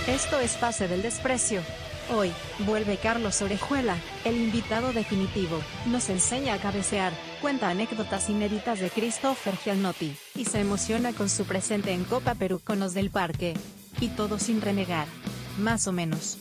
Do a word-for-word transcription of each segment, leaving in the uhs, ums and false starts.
Esto es Pase del Desprecio. Hoy, vuelve Carlos Orejuela, el invitado definitivo, nos enseña a cabecear, cuenta anécdotas inéditas de Christopher Giannotti, y se emociona con su presente en Copa Perú con los del Parque. Y todo sin renegar. Más o menos.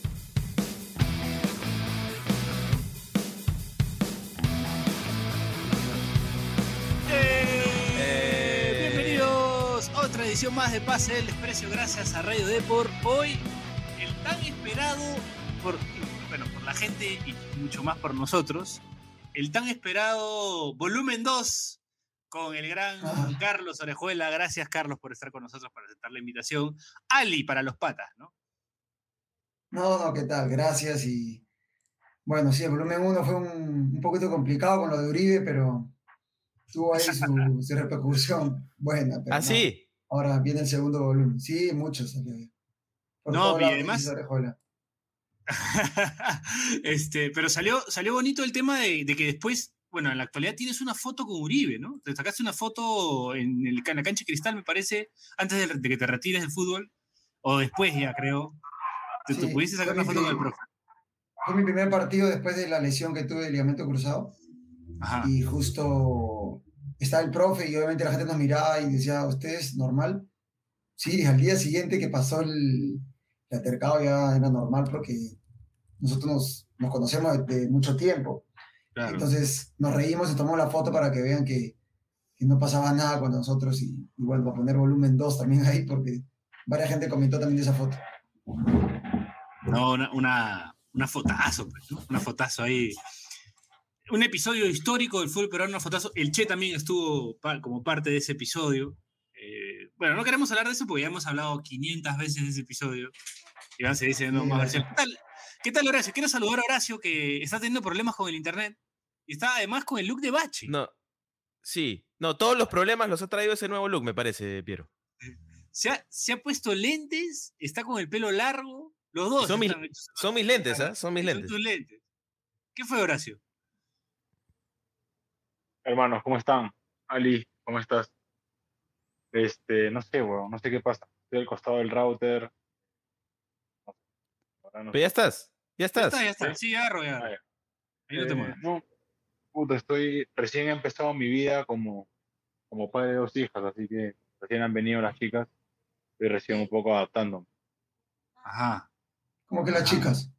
Eh, bienvenidos a otra edición más de Pase del Desprecio, gracias a Radio Depor. Hoy, el tan esperado por, bueno, por la gente y mucho más por nosotros, el tan esperado volumen dos con el gran Ah. Carlos Orejuela. Gracias, Carlos, por estar con nosotros, para aceptar la invitación. Ali para los patas, ¿no? No, no, ¿qué tal? Gracias. Y bueno, sí, el volumen uno fue un, un poquito complicado con lo de Uribe, pero tuvo ahí su, su repercusión buena. Pero ¿Ah, no, sí? ahora viene el segundo volumen. Sí, muchos salió ahí. Por No, todos y lados, además- dice Orejuela. este, pero salió, salió bonito el tema de, de que después, bueno, en la actualidad tienes una foto con Uribe, ¿no? Te sacaste una foto en, el, en la cancha de Cristal, me parece, antes de, de que te retires del fútbol, o después ya, creo. Te, te Sí, pudiste sacar fue una mi foto con el pri- profe. Fue mi primer partido después de la lesión que tuve del ligamento cruzado. Ajá. Y justo estaba el profe y obviamente la gente nos miraba y decía, ¿ustedes normal? Sí, al día siguiente que pasó el, el altercado ya era normal porque nosotros nos, nos conocemos de, de mucho tiempo. Claro. Entonces nos reímos y tomamos la foto para que vean que, que no pasaba nada con nosotros y, y bueno, va a poner volumen dos también ahí porque varias gente comentó también de esa foto. No, una, una, una fotazo, pues, ¿no? Una fotazo ahí. Un episodio histórico del fútbol peruano, una fotazo. El Che también estuvo pa- como parte de ese episodio. Eh, bueno, no queremos hablar de eso porque ya hemos hablado quinientas veces de ese episodio. Y van a seguir siendo Sí, más gracias. versiones. ¿Qué tal, ¿Qué tal, Horacio? Quiero saludar a Horacio, que está teniendo problemas con el internet. Y está además con el look de Bachi. No, sí. No, todos los problemas los ha traído ese nuevo look, me parece, Piero. Se ha, se ha puesto lentes, está con el pelo largo. Los dos Son mis, están hechos- son mis lentes, ¿ah? Son mis Son lentes. tus lentes. ¿Qué fue, Horacio? Hermanos, ¿cómo están? Ali, ¿cómo estás? Este, no sé, weón, no sé qué pasa. Estoy al costado del router. No sé, ahora no Pero ya sé. estás, ya Ya estás. está, ya está. Sí, agarro, ya agarro. Ah, ya. Ahí no te Eh, muevas. no, puta, estoy, recién he empezado mi vida como, como padre de dos hijas, así que recién han venido las chicas, estoy recién un poco adaptándome. Ajá. Como que las Ajá. chicas.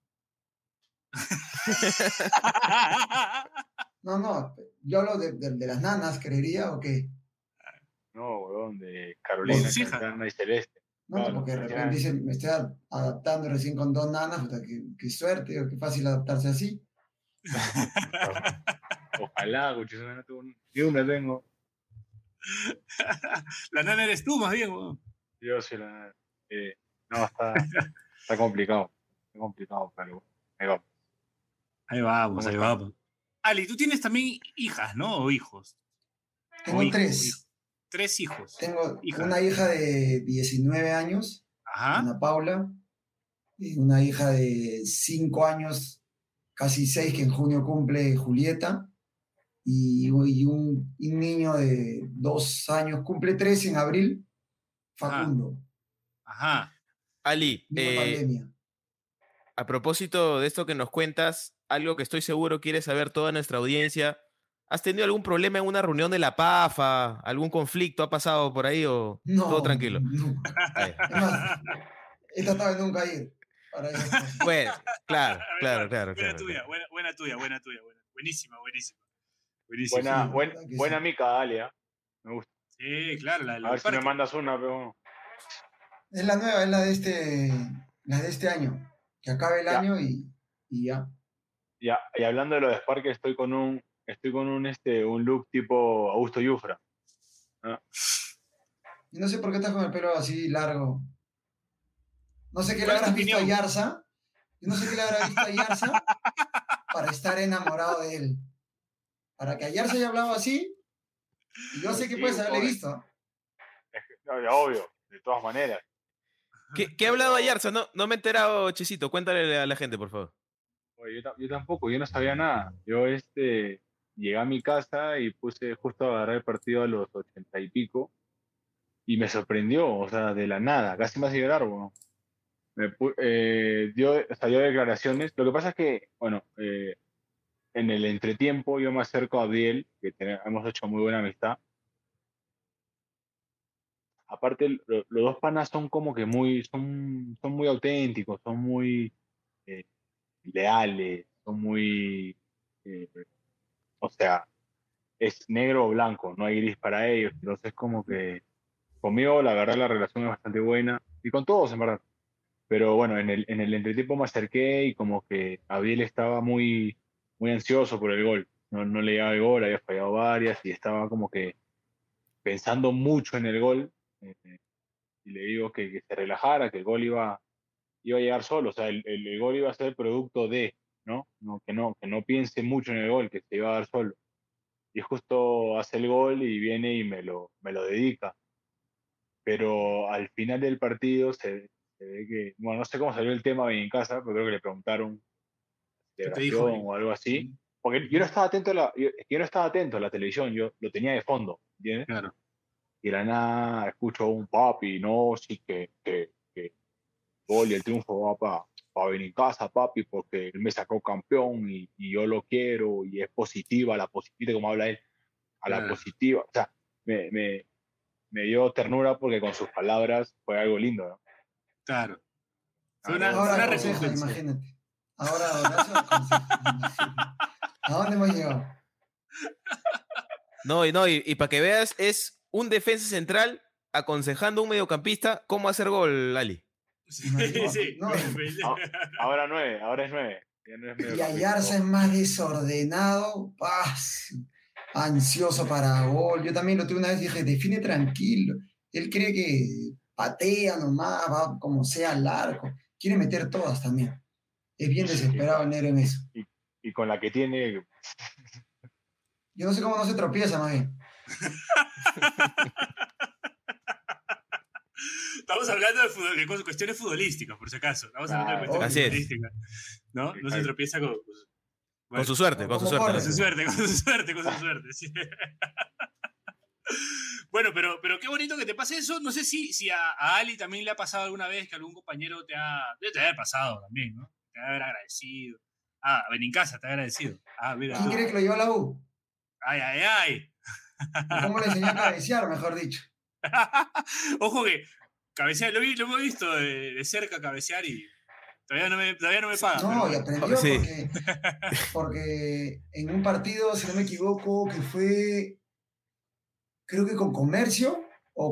No, no, yo hablo de, de, de las nanas, ¿creería o qué? No, weón, de Carolina, sus hijas. Cayetana y Celeste. No, no, Claro, porque de recién- repente dicen, me estoy a- adaptando recién con dos nanas, puta, qué, qué suerte, o qué fácil adaptarse así. Ojalá, cuchillo, no tengo ni una tengo. La nana eres tú, más bien, weón. Yo sí la. Eh, no, está, está complicado. Está complicado, pero ahí vamos. Ahí vamos, ¿Cómo ahí están? vamos. Ali, tú tienes también hijas, ¿no? O hijos. Tengo O hijos, tres. hijos. Tres hijos. Tengo Hijas. una hija de diecinueve años, Ajá. Ana Paula, y una hija de cinco años, casi seis, que en junio cumple Julieta, y, y un, y un niño de dos años, cumple tres en abril, Facundo, Ajá. Ali, misma eh, pandemia. a propósito de esto que nos cuentas, algo que estoy seguro quiere saber toda nuestra audiencia. ¿Has tenido algún problema en una reunión de la PAFA? ¿Algún conflicto ha pasado por ahí o No, todo tranquilo? nunca. Ahí. Es más, he tratado de nunca ir para esas cosas. Bueno, claro, Buena- claro, claro, Buena claro. tuya, claro. buena, buena tuya, buena tuya. Buena. Buenísima, buenísima. Buenísima. Buena, Sí, buen- la verdad que buena sí. mica, Dalia. Me gusta. Sí, claro, la, la A del ver si me parque. mandas una, pero. Es la nueva, es la de este, la de este año. Que acabe el Ya. año y, y ya. Ya, y hablando de lo de Spark, estoy con un, estoy con un este, un look tipo Augusto Yufra. Y no sé por qué estás con el pelo así largo. No sé qué le ¿Cuál es tu habrás visto a opinión? Yarza. Yo no sé qué le habrá visto a Yarza para estar enamorado de él. Para que a Yarza haya hablado así. Y yo sé que Sí, puedes haberle joder. visto. Es que- no, ya, obvio, de todas maneras. ¿Qué, qué ha hablado Ayarza? No, no me he enterado, Chisito. Cuéntale a la gente, por favor. Oye, yo, ta- yo tampoco, yo no sabía nada. Yo este, llegué a mi casa y puse justo a agarrar el partido a los ochenta y pico. Y me sorprendió, o sea, de la nada. Casi me hace llorar, weón. me pu- eh, dio, o sea, dio declaraciones. Lo que pasa es que, bueno, eh, en el entretiempo yo me acerco a Abdiel, que tenemos, hemos hecho muy buena amistad. Aparte, lo- los dos panas son como que muy, son, son muy auténticos, son muy eh, leales, son muy, eh, o sea, es negro o blanco, no hay gris para ellos. Entonces, como que conmigo, la verdad, la relación es bastante buena, y con todos, en verdad. Pero bueno, en el, en el entretiempo me acerqué y como que Abdiel estaba muy, muy ansioso por el gol. No, no le llegaba el gol, había fallado varias y estaba como que pensando mucho en el gol. eh, y le digo que, que se relajara, que el gol iba, iba a llegar solo, o sea, el, el- el gol iba a ser producto de, ¿no? No, que no, que no piense mucho en el gol, que se iba a dar solo. Y justo hace el gol y viene y me lo, me lo dedica. Pero al final del partido se, se ve que, bueno, no sé cómo salió el tema en casa, pero creo que le preguntaron ¿Qué te dijo celebración ahí? o algo así. Ujú. Porque yo no estaba atento a la, yo, yo no estaba atento a la televisión, yo lo tenía de fondo, ¿entiendes? Claro. Y de la nada escucho un papi, no, sí que, que, que gol y el triunfo va para pa venir en casa, papi, porque él me sacó campeón y, y yo lo quiero y es positiva, la positiva, como habla él, a la Claro. positiva. O sea, me, me, me dio ternura porque con sus palabras fue algo lindo, ¿no? Claro. Fue La una, verdad, fue Ahora una no, aconseja, recompensa. imagínate. Ahora Horacio aconseja, imagínate. ¿A dónde hemos llegado? No, y no, y, y para que veas, es un defensa central aconsejando a un mediocampista cómo hacer gol, Ali. Sí, No, sí. no, y, a- ahora nueve, ahora es nueve. Ya no es y mediocampista. Ayarza es más desordenado, paz, ansioso para gol. Yo también lo tuve una vez y dije, define tranquilo. Él cree que patea nomás, va como sea al arco. Quiere meter todas también. Es bien Y, desesperado el negro en eso. y- y con la que tiene, Yo no sé cómo no se tropieza, más bien. Estamos hablando de, fútbol, de cosas- cuestiones futbolísticas, por si acaso. Estamos hablando de claro, cuestiones Así es. futbolísticas. ¿No? No se tropieza con. Pues, bueno, Con su suerte, con su ¿Cómo suerte. con corre? su suerte, con su suerte, con su suerte. Sí. Bueno, pero, pero qué bonito que te pase eso. No sé si, si a, a Ali también le ha pasado alguna vez que algún compañero te ha. Debe te haber pasado también, ¿no? Te ha haber agradecido. Ah, ven en casa, te ha agradecido. Ah, mira. ¿Quién tú. cree que lo llevó a la U? Ay, ay, ay. ¿O cómo le enseñó a cabecear, mejor dicho? Ojo que cabecear, lo, vi- lo hemos visto de, de cerca cabecear y todavía no me, todavía no me paga. pero No, y bueno. aprendió Sí. porque, porque en un partido, si no me equivoco, que fue, creo que con Comercio o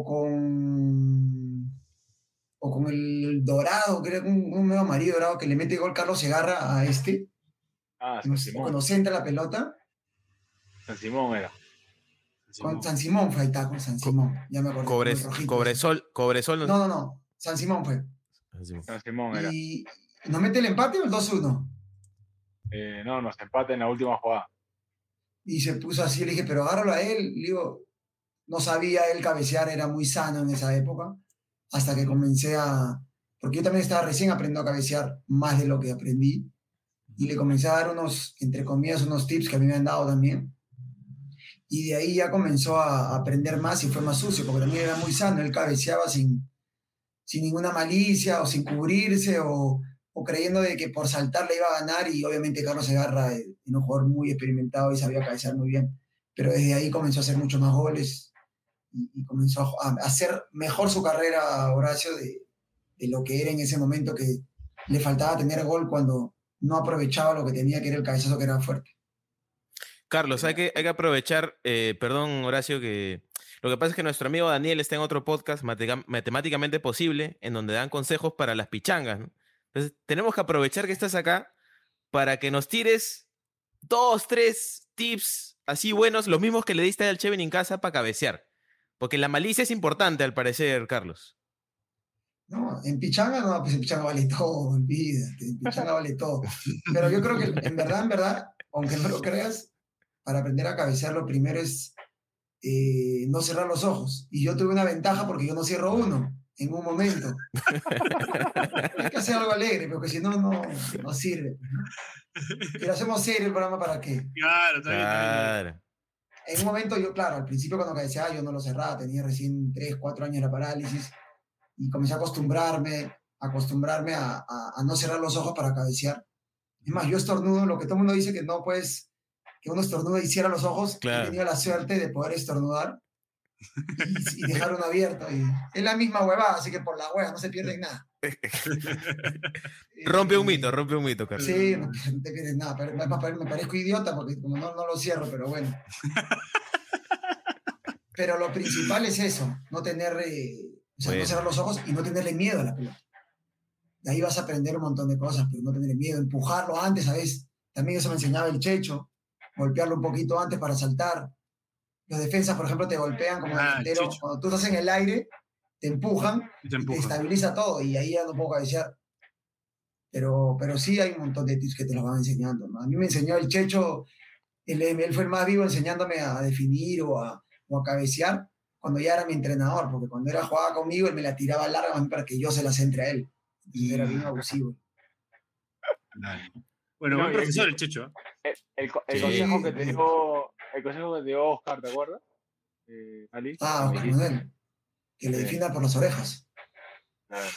con, o con el Dorado, creo que un, un medio amarillo dorado que le mete gol Carlos Segarra a este, ah, que nos- San o Simón, cuando centra la pelota, San Simón era. con San Simón fue ahí está, con San Co- Simón, ya me acordé, con el Cobres, rojito ese. Cobresol, Cobresol. No, no, no, San Simón fue. no- San Simón era. Y, y nos mete el empate o el dos uno. Eh, no, nos empata en la última jugada. Y se puso así, le dije, pero agárralo a él. Le digo, no sabía él cabecear, era muy sano en esa época, hasta que comencé a, porque yo también estaba recién aprendiendo a cabecear más de lo que aprendí, y le comencé a dar unos, entre comillas, unos tips que a mí me han dado también, y de ahí ya comenzó a aprender más y fue más sucio, porque también era muy sano, él cabeceaba sin, sin ninguna malicia o sin cubrirse o, o creyendo de que por saltar le iba a ganar, y obviamente Carlos Segarra era un jugador muy experimentado y sabía cabecear muy bien, pero desde ahí comenzó a hacer muchos más goles y, y comenzó a, a hacer mejor su carrera, Horacio, de, de lo que era en ese momento, que le faltaba tener gol cuando no aprovechaba lo que tenía, que era el cabezazo, que era fuerte. Carlos, hay que, hay que aprovechar, eh, perdón, Horacio, que lo que pasa es que nuestro amigo Daniel está en otro podcast, Matega- Matemáticamente Posible, en donde dan consejos para las pichangas, ¿no? Entonces, tenemos que aprovechar que estás acá para que nos tires dos, tres tips así buenos, los mismos que le diste al Cheven en casa para cabecear. Porque la malicia es importante, al parecer, Carlos. No, en pichanga no, pues en pichanga vale todo, olvídate, en pichanga vale todo. Pero yo creo que en verdad, en verdad, aunque no lo creas, para aprender a cabecear lo primero es eh, no cerrar los ojos. Y yo tuve una ventaja porque yo no cierro uno en un momento. Hay que hacer algo alegre, porque si no, no, no sirve. ¿No? Pero hacemos serio el programa, ¿para qué? Claro, está bien, está bien, está bien. Claro. En un momento yo, claro, al principio cuando cabeceaba yo no lo cerraba, tenía recién tres, cuatro años de la parálisis y comencé a acostumbrarme acostumbrarme a, a, a no cerrar los ojos para cabecear. Es más, yo estornudo, lo que todo el mundo dice que no puedes, que uno estornuda y cierra los ojos, Claro. he tenido la suerte de poder estornudar y, y dejar uno abierto. Y es la misma huevada, así que por la hueva no se pierde nada. Rompe un Eh, mito, rompe un mito, Carlos. Sí, no, no te pierdes nada. Pero me, me parezco idiota porque como no, no lo cierro, pero bueno. Pero lo principal es eso, no tener, eh, o sea, Bueno. no cerrar los ojos y no tenerle miedo a la pelota. De ahí vas a aprender un montón de cosas, pero no tenerle miedo, empujarlo antes, ¿sabes? También eso me enseñaba el Checho, golpearlo un poquito antes para saltar. Los defensas, por ejemplo, te golpean como Ah, delantero. Checho. Cuando tú estás en el aire, te empujan Y te y te empuja. estabiliza todo y ahí ya no puedo cabecear. Pero, pero sí hay un montón de tips que te los van enseñando, ¿no? A mí me enseñó el Checho, él, él fue el más vivo enseñándome a definir o a, o a cabecear cuando ya era mi entrenador, porque cuando era jugaba conmigo, él me la tiraba larga más bien para que yo se las entre a él. Y era bien abusivo. Dale. Bueno, No, buen y- profesor y- el Checho. ¿eh? El, el co- el Sí. consejo que te dio, el consejo que te dio Oscar, ¿te acuerdas? Eh, Ali, Ah, que me Oscar dijiste. Manuel, que le Sí. defienda por las orejas Ah,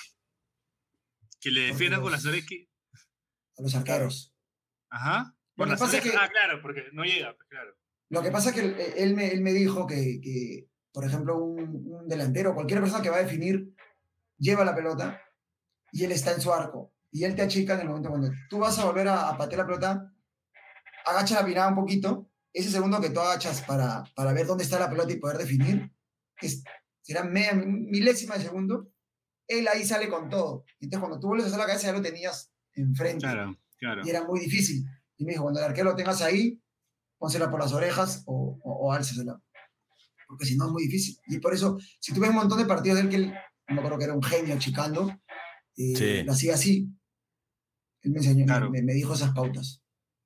Que le Porque defiendan con los- las orejas. que- a los arqueros. Ajá. Lo Con que las pasa es orejas. que- Ah, claro, porque no llega, pues, claro. Lo que pasa es que él, él me, él me dijo que, que, por ejemplo, un, un delantero, cualquier persona que va a definir, lleva la pelota y él está en su arco. Y él te achica en el momento cuando tú vas a volver a, a patear la pelota, agacha la mirada un poquito. Ese segundo que tú agachas para, para ver dónde está la pelota y poder definir, que es- será media, milésima de segundo, él ahí sale con todo. Entonces, cuando tú vuelves a hacer la cabeza, ya lo tenías enfrente. Claro, claro. Y era muy difícil. Y me dijo, cuando el arquero lo tengas ahí, pónsela por las orejas o, o, o álcesela. Porque si no es muy difícil. Y por eso, si tú ves un montón de partidos de él, que él, no me acuerdo que era un genio chicando, eh, Sí. lo hacía así. Él me enseñó, Claro. me, me dijo esas pautas.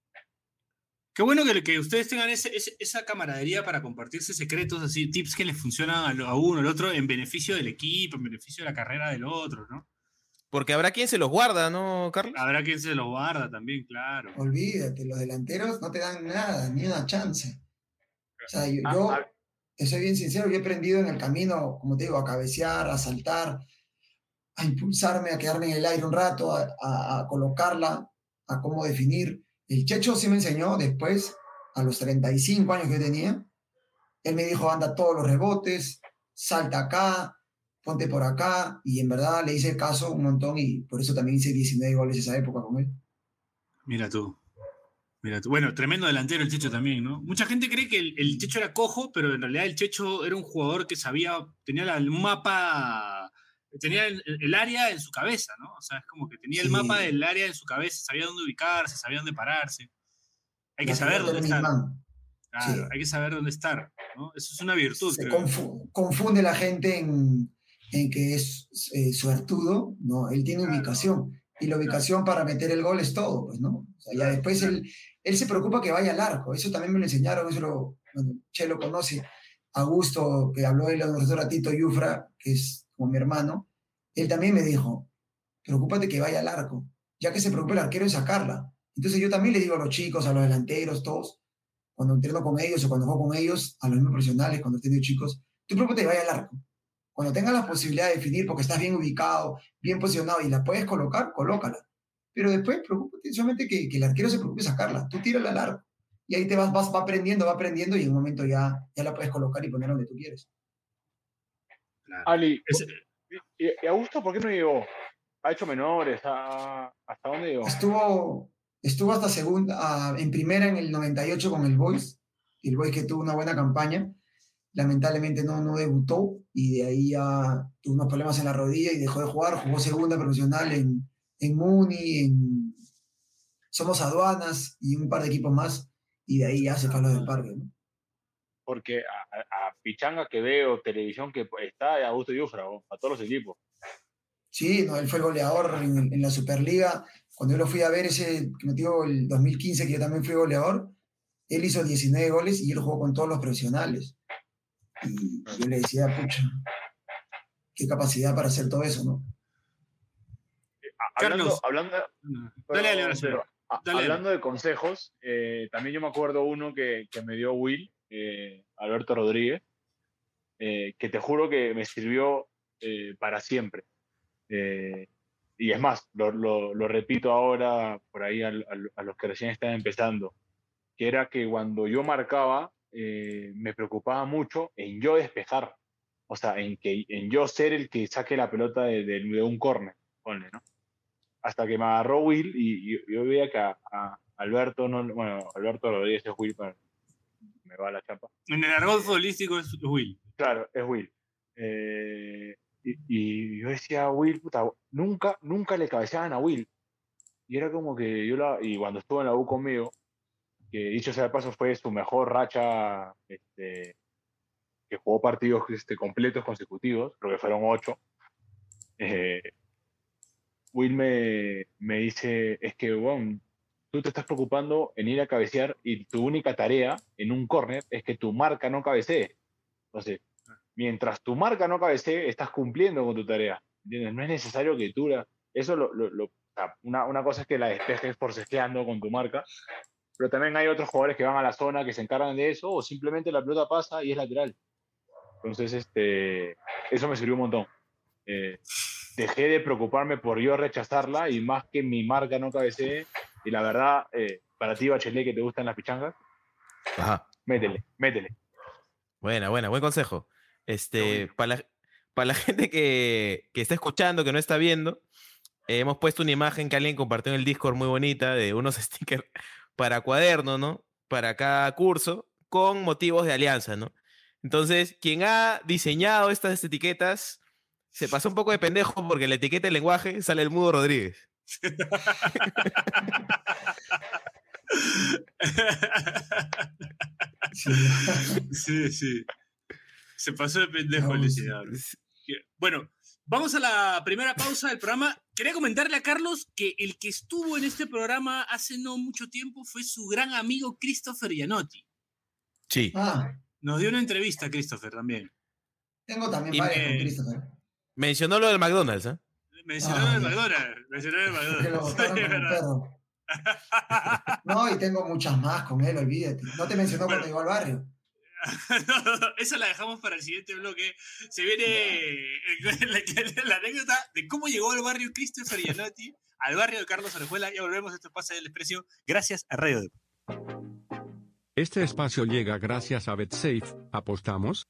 Qué bueno que, que ustedes tengan ese, ese- esa camaradería para compartirse secretos, así, tips que les funcionan a, lo- a uno, al otro, en beneficio del equipo, en beneficio de la carrera del otro, ¿no? Porque habrá quien se los guarda, ¿no, Carlos? Habrá quien se lo guarda también, claro. Olvídate, los delanteros no te dan nada, ni una chance. O sea, yo, Ah, yo ah. te soy bien sincero, yo he aprendido en el camino, como te digo, a cabecear, a saltar, a impulsarme, a quedarme en el aire un rato, a, a- a colocarla, a cómo definir. El Checho sí me enseñó después, a los treinta y cinco años que tenía, él me dijo, anda todos los rebotes, salta acá, ponte por acá, y en verdad le hice caso un montón y por eso también hice diecinueve goles esa época con él. Mira tú. Mira tú. Bueno, tremendo delantero el Checho también, ¿no? Mucha gente cree que el, el Checho era cojo, pero en realidad el Checho era un jugador que sabía, tenía la- un mapa, tenía el, el área en su cabeza, ¿no? O sea, es como que tenía el Sí. mapa del área en su cabeza, sabía dónde ubicarse, sabía dónde pararse. Hay que La saber pelota dónde era un estar. imán. Claro, Sí. hay que saber dónde estar, ¿no? Eso es una virtud, Se creo. confu- confunde la gente en, en que es eh, suertudo, no, él tiene Claro. ubicación y la ubicación para meter el gol es todo, pues, ¿no? O sea, ya Claro, después claro. él, él se preocupa que vaya al arco, eso también me lo enseñaron, eso lo, bueno, Che lo conoce, Augusto, que habló de un ratito, Yufra, que es como mi hermano, él también me dijo, preocúpate que vaya al arco, ya que se preocupa el arquero en sacarla. Entonces yo también le digo a los chicos, a los delanteros, todos, cuando entreno con ellos o cuando juego con ellos, a los mismos profesionales, cuando he tenido chicos, tú preocúpate que vaya al arco. Cuando tengas la posibilidad de definir porque estás bien ubicado, bien posicionado y la puedes colocar, colócala. Pero después, preocúpate solamente que, que el arquero se preocupe de sacarla. Tú tírala al arco. Y ahí te vas, vas va aprendiendo, va aprendiendo y en un momento ya, ya la puedes colocar y poner donde tú quieres. Claro. Ali, Es- ¿y, y Augusto por qué no llegó? ¿Ha hecho menores? ¿Ha- ¿Hasta dónde llegó? Estuvo, estuvo hasta segunda, ah, en primera en el noventa y ocho con el Boys. El Boys que tuvo una buena campaña. Lamentablemente no, no debutó y de ahí ya tuvo unos problemas en la rodilla y dejó de jugar. Jugó segunda profesional en, en Muni, en Somos Aduanas y un par de equipos más. Y de ahí ya se fue a los del Parque, ¿no? Porque a, a- a Pichanga que veo, televisión que está, es Augusto Yufra, ¿no? A todos los equipos. Sí, no, él fue el goleador en, en la Superliga. Cuando yo lo fui a ver ese que metió el dos mil quince, que yo también fui goleador, él hizo diecinueve goles y él jugó con todos los profesionales. Y yo le decía, pucha, qué capacidad para hacer todo eso, ¿no? A- Hablando, Carlos. hablando, Dale, Pero- dale, ahora sí. pero, a- Dale. hablando de consejos, eh, también yo me acuerdo uno que, que me dio Will, eh, Alberto Rodríguez, eh, que te juro que me sirvió eh, para siempre. Eh, y es más, lo, lo, lo repito ahora por ahí a, a, a los que recién están empezando, que era que cuando yo marcaba, eh, me preocupaba mucho en yo despejar, o sea, en, que, en yo ser el que saque la pelota de, de, de un córner, ponle, ¿no? Hasta que me agarró Will y, y yo veía que a, a Alberto, no, bueno, Alberto Rodríguez es Will, pero me va la chapa. En el argot futbolístico es Will. Claro, es Will. Eh, y, y yo decía, Will, puta, nunca, nunca le cabeceaban a Will. Y era como que yo la, y cuando estuvo en la U conmigo, que dicho sea de paso fue su mejor racha, este, que jugó partidos este, completos consecutivos, creo que fueron ocho. Eh, Will me, me dice, es que, bueno, tú te estás preocupando en ir a cabecear y tu única tarea en un córner es que tu marca no cabecee. Entonces, mientras tu marca no cabecee, estás cumpliendo con tu tarea. ¿Entiendes? No es necesario que tú la... Eso lo, lo, lo, una, una cosa es que la despejes forcejeando con tu marca, pero también hay otros jugadores que van a la zona que se encargan de eso, o simplemente la pelota pasa y es lateral. Entonces, este, eso me sirvió un montón. Eh, dejé de preocuparme por yo rechazarla y más que mi marca no cabecee. Y la verdad, eh, para ti, Bachelet, que te gustan las pichangas, Ajá. métele, métele. Buena, buena, buen consejo. Este, para la, para la gente que, que está escuchando, que no está viendo, eh, hemos puesto una imagen que alguien compartió en el Discord muy bonita de unos stickers para cuaderno, ¿no? Para cada curso, con motivos de alianza, ¿no? Entonces, quien ha diseñado estas etiquetas se pasó un poco de pendejo porque en la etiqueta de lenguaje sale el Mudo Rodríguez. Sí, sí. Se pasó de pendejo el diseñador. Bueno, vamos a la primera pausa del programa. Quería comentarle a Carlos que el que estuvo en este programa hace no mucho tiempo fue su gran amigo Christopher Gianotti. Sí. Ah, Nos dio una entrevista, Christopher, también. Tengo también Y varias me- con Christopher. Mencionó lo del McDonald's, ¿eh? Mencionó Ah, el ya. McDonald's. Mencionó el Que lo McDonald's. botaron Sí, como un verdad. perro. No, y tengo muchas más con él, olvídate. No te mencionó Bueno. cuando llegó al barrio. No, no, no, esa la dejamos para el siguiente bloque. Se viene la, la anécdota de cómo llegó al barrio Christopher Gianotti, al barrio de Carlos Orejuela. Ya volvemos, esto pasa del desprecio. Gracias a Radio Dep. Este espacio llega gracias a BetSafe. ¿Apostamos?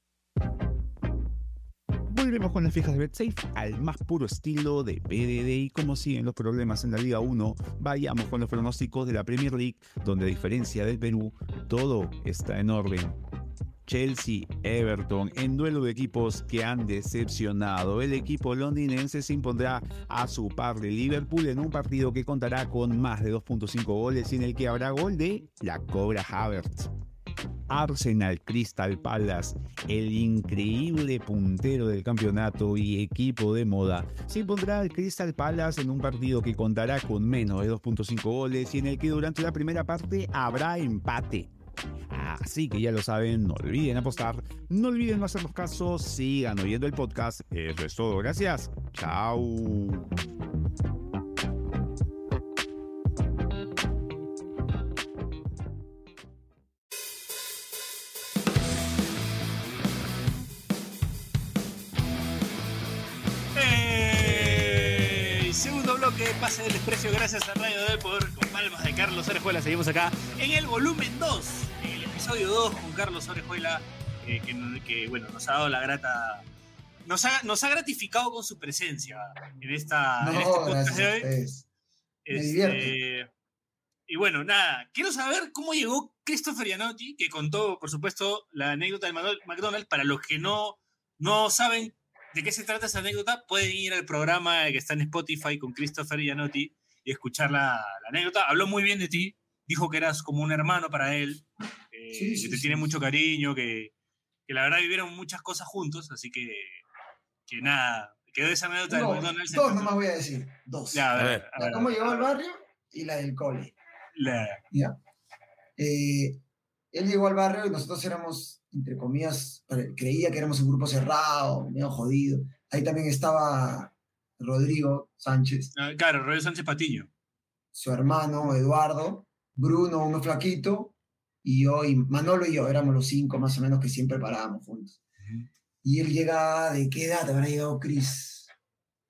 Volvemos con las fijas de BetSafe al más puro estilo de P D D y como siguen los problemas en la Liga uno, vayamos con los pronósticos de la Premier League, donde a diferencia del Perú, todo está en orden. Chelsea, Everton, en duelo de equipos que han decepcionado. El equipo londinense se impondrá a su par de Liverpool en un partido que contará con más de dos punto cinco goles y en el que habrá gol de la Cobra Havertz. Arsenal, Crystal Palace, el increíble puntero del campeonato y equipo de moda, se impondrá al Crystal Palace en un partido que contará con menos de dos punto cinco goles y en el que durante la primera parte habrá empate. Así que ya lo saben, no olviden apostar, no olviden no hacernos caso, sigan oyendo el podcast. Eso es todo, gracias. Chao. ¡Ey! Segundo bloque, pase del desprecio, gracias a Radio Depor, con palmas de Carlos Orejuela. Seguimos acá en el volumen dos, en el episodio dos con Carlos Orejuela, eh, que, que bueno, nos ha dado la grata, nos ha, nos ha gratificado con su presencia en, esta, en este No, podcast gracias de a hoy. ustedes. Me Este, divierte. y bueno, nada, quiero saber cómo llegó Christopher Gianotti, que contó, por supuesto, la anécdota del Mc- McDonald's. Para los que no, no saben de qué se trata esa anécdota, pueden ir al programa que está en Spotify con Christopher Gianotti y escuchar la, la anécdota. Habló muy bien de ti, dijo que eras como un hermano para él, eh, Sí, sí, que te sí, tiene sí. mucho cariño, que, que la verdad vivieron muchas cosas juntos, así que, que nada, quedó esa anécdota del Tengo McDonald's. dos empezó- nomás voy a decir. Dos. Ya, a ver, A ver. a La ver, cómo a ver. llegó al barrio y la del cole. La- ¿Ya? Eh, él llegó al barrio y nosotros éramos, entre comillas, pare- creía que éramos un grupo cerrado, medio jodido. Ahí también estaba Rodrigo Sánchez, ah, claro, Rodrigo Sánchez Patiño. su hermano Eduardo, Bruno, uno flaquito, y yo, y Manolo y yo, éramos los cinco más o menos que siempre parábamos juntos. Y él llega, ¿de qué edad habrá llegado Cris?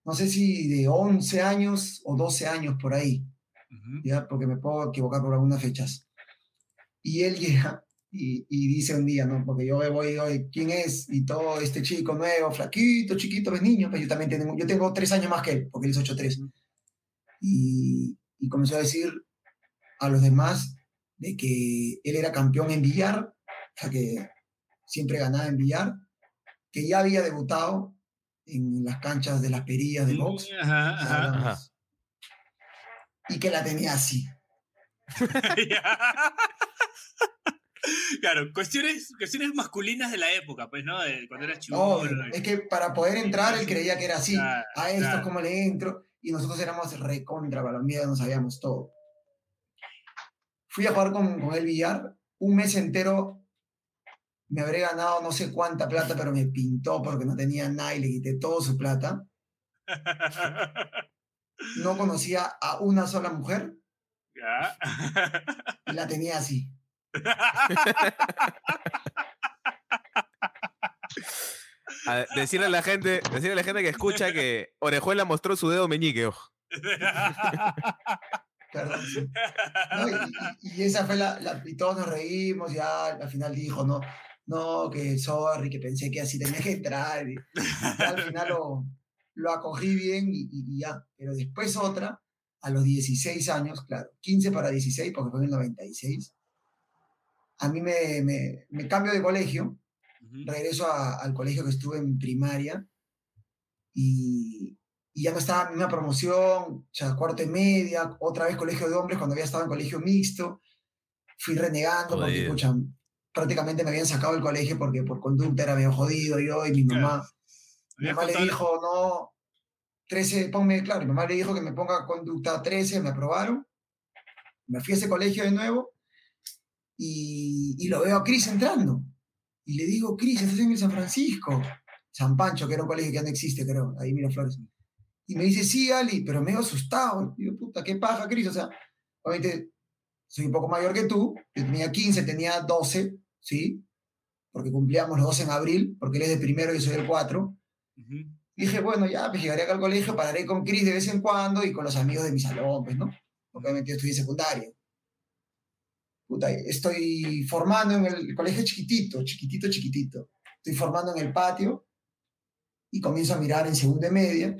no sé si de once años o doce años por ahí, Ujú. ¿ya? Porque me puedo equivocar por algunas fechas. Y él llega y, y dice un día, ¿no? Porque yo voy y digo, ¿quién es? Y todo este chico nuevo, flaquito, chiquito, ves niño, pues yo también tengo, yo tengo tres años más que él, porque él es ocho tres. Y, y comenzó a decir a los demás de que él era campeón en billar, o sea, que siempre ganaba en billar, que ya había debutado en las canchas de las perillas de box, Ajá, o sea, ajá. hablamos, Ajá. y que la tenía así. Claro, cuestiones, cuestiones masculinas de la época, pues, ¿no? De cuando era Obvio, chibolo. es que para poder entrar él creía que era así, Claro, a esto es claro. como le entro, y nosotros éramos recontra balompié, no sabíamos todo. Fui a jugar con, con el billar, un mes entero me habré ganado no sé cuánta plata, pero me pintó porque no tenía nada y le quité toda su plata. No conocía a una sola mujer Ya. y la tenía así. A decirle a la gente, decirle a la gente que escucha que Orejuela mostró su dedo meñique, ojo. Perdón, sí. ¿No? Y, y- y esa fue la, la- y todos nos reímos, ya al final dijo, no, no, que sorry, que pensé que así tenía que entrar. Y, ya al final lo, lo acogí bien y, y- y ya. Pero después otra, a los dieciséis años, claro, quince para dieciséis, porque fue en el noventa y seis, a mí me, me, me cambio de colegio, Ujú. regreso a- al colegio que estuve en primaria y, y ya no estaba en una promoción, o sea, cuarto y media, otra vez colegio de hombres cuando había estado en colegio mixto. Fui renegando porque, Jodido. escucha, prácticamente me habían sacado del colegio porque por conducta era medio jodido yo y mi Claro. mamá. Mi Habías mamá le contado la- dijo, no, trece, ponme, claro, mi mamá le dijo que me ponga conducta trece, me aprobaron. Me fui a ese colegio de nuevo y, y lo veo a Cris entrando. Y le digo, Cris, estás en el San Francisco. San Pancho, que era un colegio que ya no existe, creo, ahí Miraflores. Y me dice, sí, Ali, pero medio asustado. Y yo, puta, qué paja, Cris. O sea, obviamente soy un poco mayor que tú. Yo tenía quince, tenía doce, ¿sí? Porque cumplíamos los doce en abril, porque él es de primero y yo soy del cuatro. Ujú. Y dije, bueno, ya, pues llegaré acá al colegio, pararé con Cris de vez en cuando y con los amigos de mi salón, pues, ¿no? Porque obviamente yo estudié secundaria. Puta, estoy formando en el colegio chiquitito, chiquitito, chiquitito. Estoy formando en el patio y comienzo a mirar en segunda y media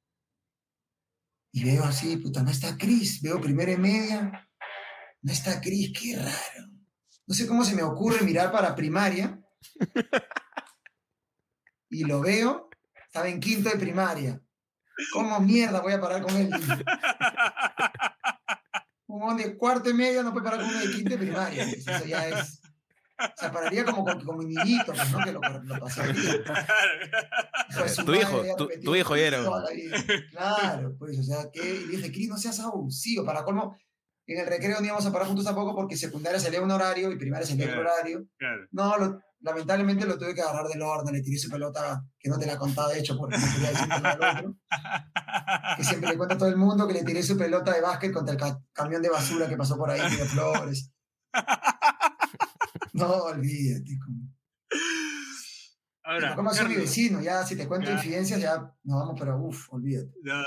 y veo así, puta, no está Cris. Veo primera y media, no está Cris, qué raro. No sé cómo se me ocurre mirar para primaria y lo veo, estaba en quinto de primaria. ¿Cómo mierda voy a parar con él? Un de cuarto y media no puede parar con uno de quinto de primaria. Pues eso ya es... O sea, pararía como con, con mi niñito, pues, ¿no? Que lo, lo pasaría. Hijo de su Tu madre, hijo, ya tu, repetido tu hijo era. toda la vida. Claro, pues, o sea, que y dije, Cris, no seas abusivo. Para colmo, en el recreo no íbamos a parar juntos tampoco porque secundaria salía un horario y primaria salía otro Claro. horario. Claro. No, lo- lamentablemente lo tuve que agarrar del horno, le tiré su pelota, que no te la he contado de hecho, porque no quería decirte lo del otro. Que siempre le cuento a todo el mundo que le tiré su pelota de básquet contra el ca- camión de basura que pasó por ahí, de Flores. No, olvídate. Como... Ahora, Como soy mi Carlos, vecino, ya si te cuento Ya. infidencias, ya nos vamos, pero uff, olvídate. no,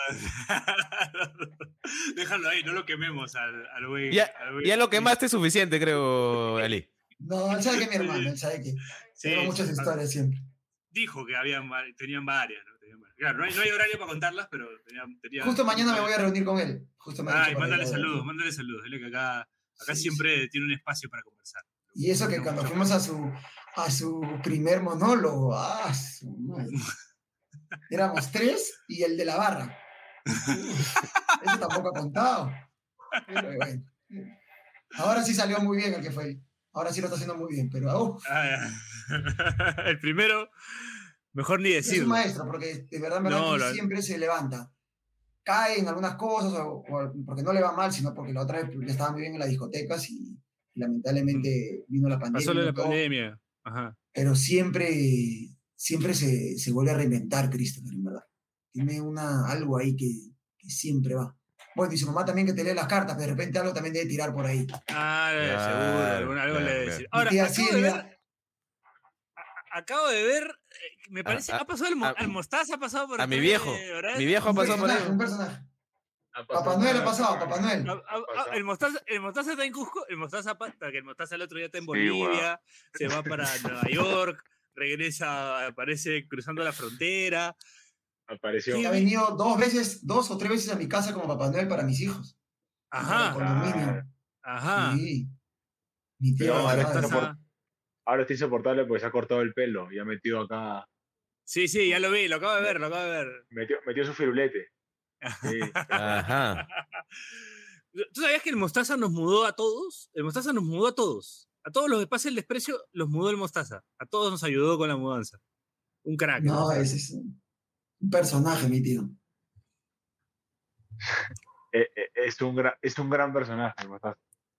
déjalo ahí, no lo quememos al, al güey. Ya, al güey. ya lo quemaste suficiente, creo, Ali. No, él sabe que es mi hermano, él sabe que Sí, tenemos muchas sí, historias siempre. dijo que habían, va- tenían varias, ¿no? Tenían varias. Claro, no hay, no hay horario para contarlas, pero tenían, tenían- Justo mañana me voy a reunir con él. Justo me ha dicho Ay, para mándale ir a ver. saludos, mándale saludos. Dile que acá, acá Sí, siempre tiene un espacio para conversar. Y eso que Tengo cuando mucho fuimos a su, a su primer monólogo, ah, su madre. Éramos tres y el de la barra. Eso tampoco ha contado. Pero bueno. Ahora sí salió muy bien el que fue. Ahora sí lo está haciendo muy bien, pero uf, Ah, ya. El primero, mejor ni es un decirlo. maestro, porque de verdad, en verdad No, que lo- siempre se levanta. Cae en algunas cosas, o, o porque no le va mal, sino porque la otra vez le estaba muy bien en las discotecas y lamentablemente vino la pandemia. Pasó lo de la vino todo, pandemia. Ajá. pero siempre, siempre se, se vuelve a reinventar, Christopher, en verdad. Tiene una, algo ahí que, que siempre va. Bueno, y su mamá también que te lee las cartas, de repente algo también debe tirar por ahí. Ah, Claro, seguro, algo, algo claro, le debe claro. decir. Mi Ahora, tía acabo de Silvia, ver, a- acabo de ver Me parece, a- ha pasado el, mo- a- al Mostaza, ha pasado por A mi el viejo. Horacio. Mi viejo ha Un pasado por personaje, un ahí. personaje. Ha pasado Papá Noel ha por- pasado, Papá Noel. A- a- a- el, Mostaza, el Mostaza está en Cusco, el Mostaza, pa- que el Mostaza el otro día está en Sí, Bolivia, se va para Nueva York, regresa, aparece cruzando la frontera. Apareció. Sí. Ha venido dos veces, dos o tres veces a mi casa como Papá Noel para mis hijos. Para el Ajá, condominio. ajá. Sí. Mi tío. Pero ahora ¿sabes? está por- Ahora está insoportable porque se ha cortado el pelo y ha metido acá. Sí, sí, ya lo vi, lo acabo de ver, lo acabo de ver. Metió, metió su firulete. Sí. Ajá. ¿Tú sabías que el Mostaza nos mudó a todos? El Mostaza nos mudó a todos. A todos los de Pase el Desprecio los mudó el Mostaza. A todos nos ayudó con la mudanza. Un crack. el No, Mostaza. ese es un un personaje, mi tío. Eh, eh, es, un gran, es un gran personaje, el Mostaza.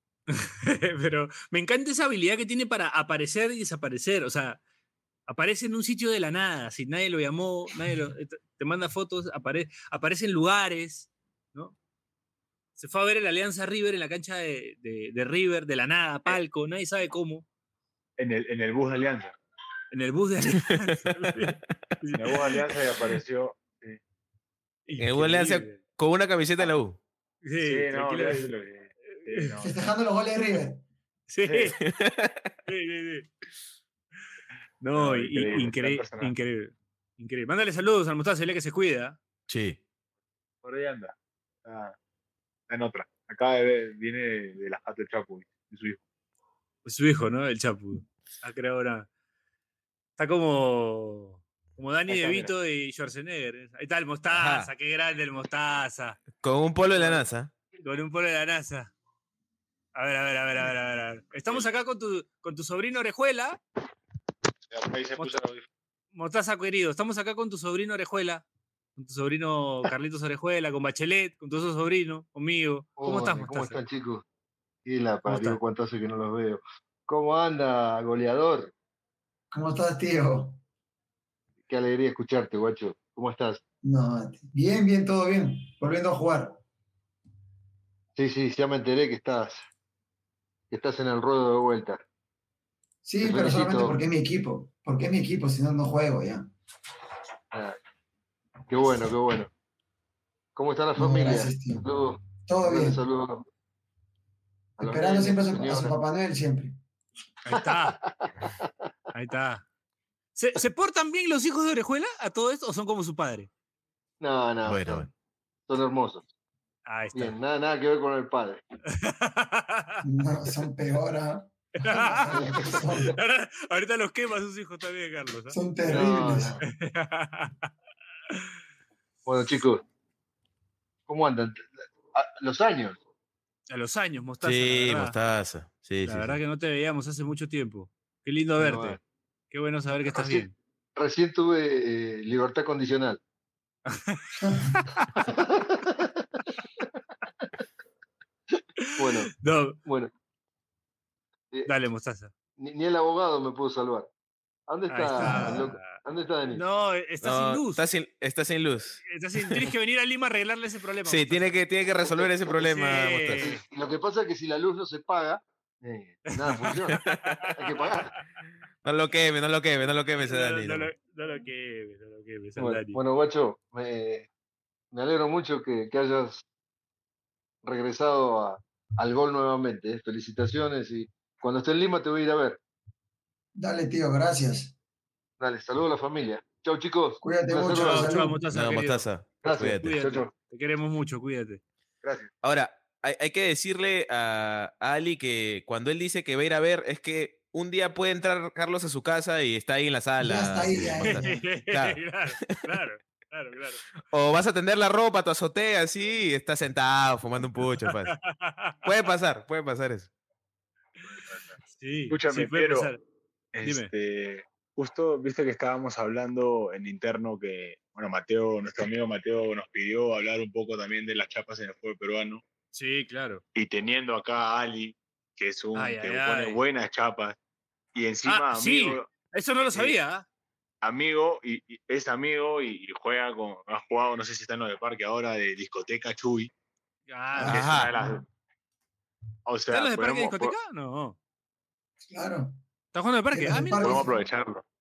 Pero me encanta esa habilidad que tiene para aparecer y desaparecer. O sea, aparece en un sitio de la nada, si nadie lo llamó, nadie lo, te, te manda fotos, apare, aparece en lugares, ¿no? Se fue a ver el Alianza River en la cancha de, de, de River, de la nada, palco, nadie sabe cómo. En el, en el bus de Alianza. En el bus de Alianza. En el bus de Alianza y apareció. Sí, En el bus de Alianza Increíble. con una camiseta en la U. Sí, sí, no, tranquilo. olvídate lo que- sí, no. Festejando los goles de River. Sí. Sí. Sí, sí, sí. No, No, y- y- increíble, increíble, gran personaje. increíble, increíble. Mándale saludos al Mostaza, dile que se cuida. Sí. Por ahí anda. Está, está en otra. Acaba de ver, viene de, de la Jato del Chapu, de su hijo. Su hijo, ¿no? El Chapu. Ha creado una. Está como. Como Danny Ahí está, DeVito y Schwarzenegger. ¿eh? Ahí está el Mostaza, Ajá. qué grande el Mostaza. Con un polo de la NASA. Con un polo de la NASA. A ver, a ver, a ver, a ver, a ver. a ver. Estamos acá con tu, con tu sobrino Orejuela. Ahí se puso el audífono. Mostaza querido, estamos acá con tu sobrino Orejuela. Con tu sobrino Carlitos Orejuela, con Bachelet, con tu otro sobrino, conmigo. ¿Cómo estás, Hola, Mostaza? ¿Cómo están, chicos? Y la ¿Cómo parió, está? cuánto hace que no los veo. ¿Cómo anda, goleador? ¿Cómo estás, tío? Qué alegría escucharte, guacho. ¿Cómo estás? No, bien, bien, todo bien. Volviendo a jugar. Sí, sí, ya me enteré que estás, que estás en el ruedo de vuelta. Sí, Te pero solamente felicito. porque es mi equipo. Porque es mi equipo, si no, no juego ya. Ah, qué bueno, qué bueno. ¿Cómo está la No, familia? gracias, tío. Saludos. Todo bien. Saludos. A los Esperando nenes, siempre a su, a su señora. Papá Noel, siempre. Ahí está. Ahí está. ¿Se, ¿Se portan bien los hijos de Orejuela a todo esto o son como su padre? No, no, Bueno, son, bueno. son hermosos. Ahí está. Bien, nada, nada que ver con el padre. No, son peor, ¿ah? son, Ahora- Ahorita los quema a sus hijos también, Carlos. ¿ah? son No, terribles. no. Bueno, chicos, ¿cómo andan? Ah, Los años. A los años, Mostaza. Sí, la verdad. Mostaza. Sí, La sí, verdad sí. que no te veíamos hace mucho tiempo. Qué lindo Bueno, verte. bueno. Qué bueno saber que estás Recién- bien. Recién tuve eh, libertad condicional. Bueno, No, bueno. Eh, dale, Mostaza. ni, ni el abogado me pudo salvar. ¿A ¿Dónde Ahí está, está. loco? ¿A ¿Dónde está Dani? No, está No, sin luz. Está sin, está sin luz. Está sin- Tienes que venir a Lima a arreglarle ese problema. Sí, Mostaza. tiene que, tiene que resolver ese problema, Sí. Mostaza. Y Lo que pasa es que si la luz no se paga, eh, nada funciona. Hay que pagar. No lo queme, no lo queme, no lo queme ese No, Dani. no, no. lo, no lo quemes, no lo quemes, al Bueno, Dani. bueno, guacho, me, me alegro mucho que, que hayas regresado a- al gol nuevamente. eh. Felicitaciones y cuando esté en Lima te voy a ir a ver. Dale, tío, gracias. Dale, saludo a la familia. Chau, chicos. Cuídate Un placer mucho, verlos. Chao, salud. chao, Mostaza, No, querido. Mostaza. Gracias. Cuídate. Cuídate. Chau, chau. Te queremos mucho, cuídate. Gracias. Ahora, hay, hay que decirle a, a Ali que cuando él dice que va a ir a ver, es que un día puede entrar Carlos a su casa y está ahí en la sala. Ya está ahí, ya, ya, Mostaza. ya. Claro. claro, claro, claro, claro. O vas a tender la ropa a tu azotea así y estás sentado fumando un pucho. pues. Puede pasar, puede pasar eso. Sí, Escúchame, sí, puede pero pasar. Dime. este, justo viste que estábamos hablando en interno que, bueno, Mateo, nuestro amigo Mateo nos pidió hablar un poco también de las chapas en el fútbol peruano. Sí, claro. Y teniendo acá a Ali, que es un Ay, que ay, pone ay. buenas chapas, y encima Ah, sí. amigo, Eso no lo Sí. sabía. ¿ah? amigo y, y es amigo y, y juega con, ha jugado, no sé si está en lo de parque ahora, de discoteca Chuy. Ah, que es Ajá. una de las- o sea, ¿Están los de parque de podemos, discoteca? No. Claro. ¿Estás jugando de parque? ¿Tienes Ah, el mira. parque? podemos aprovecharlo.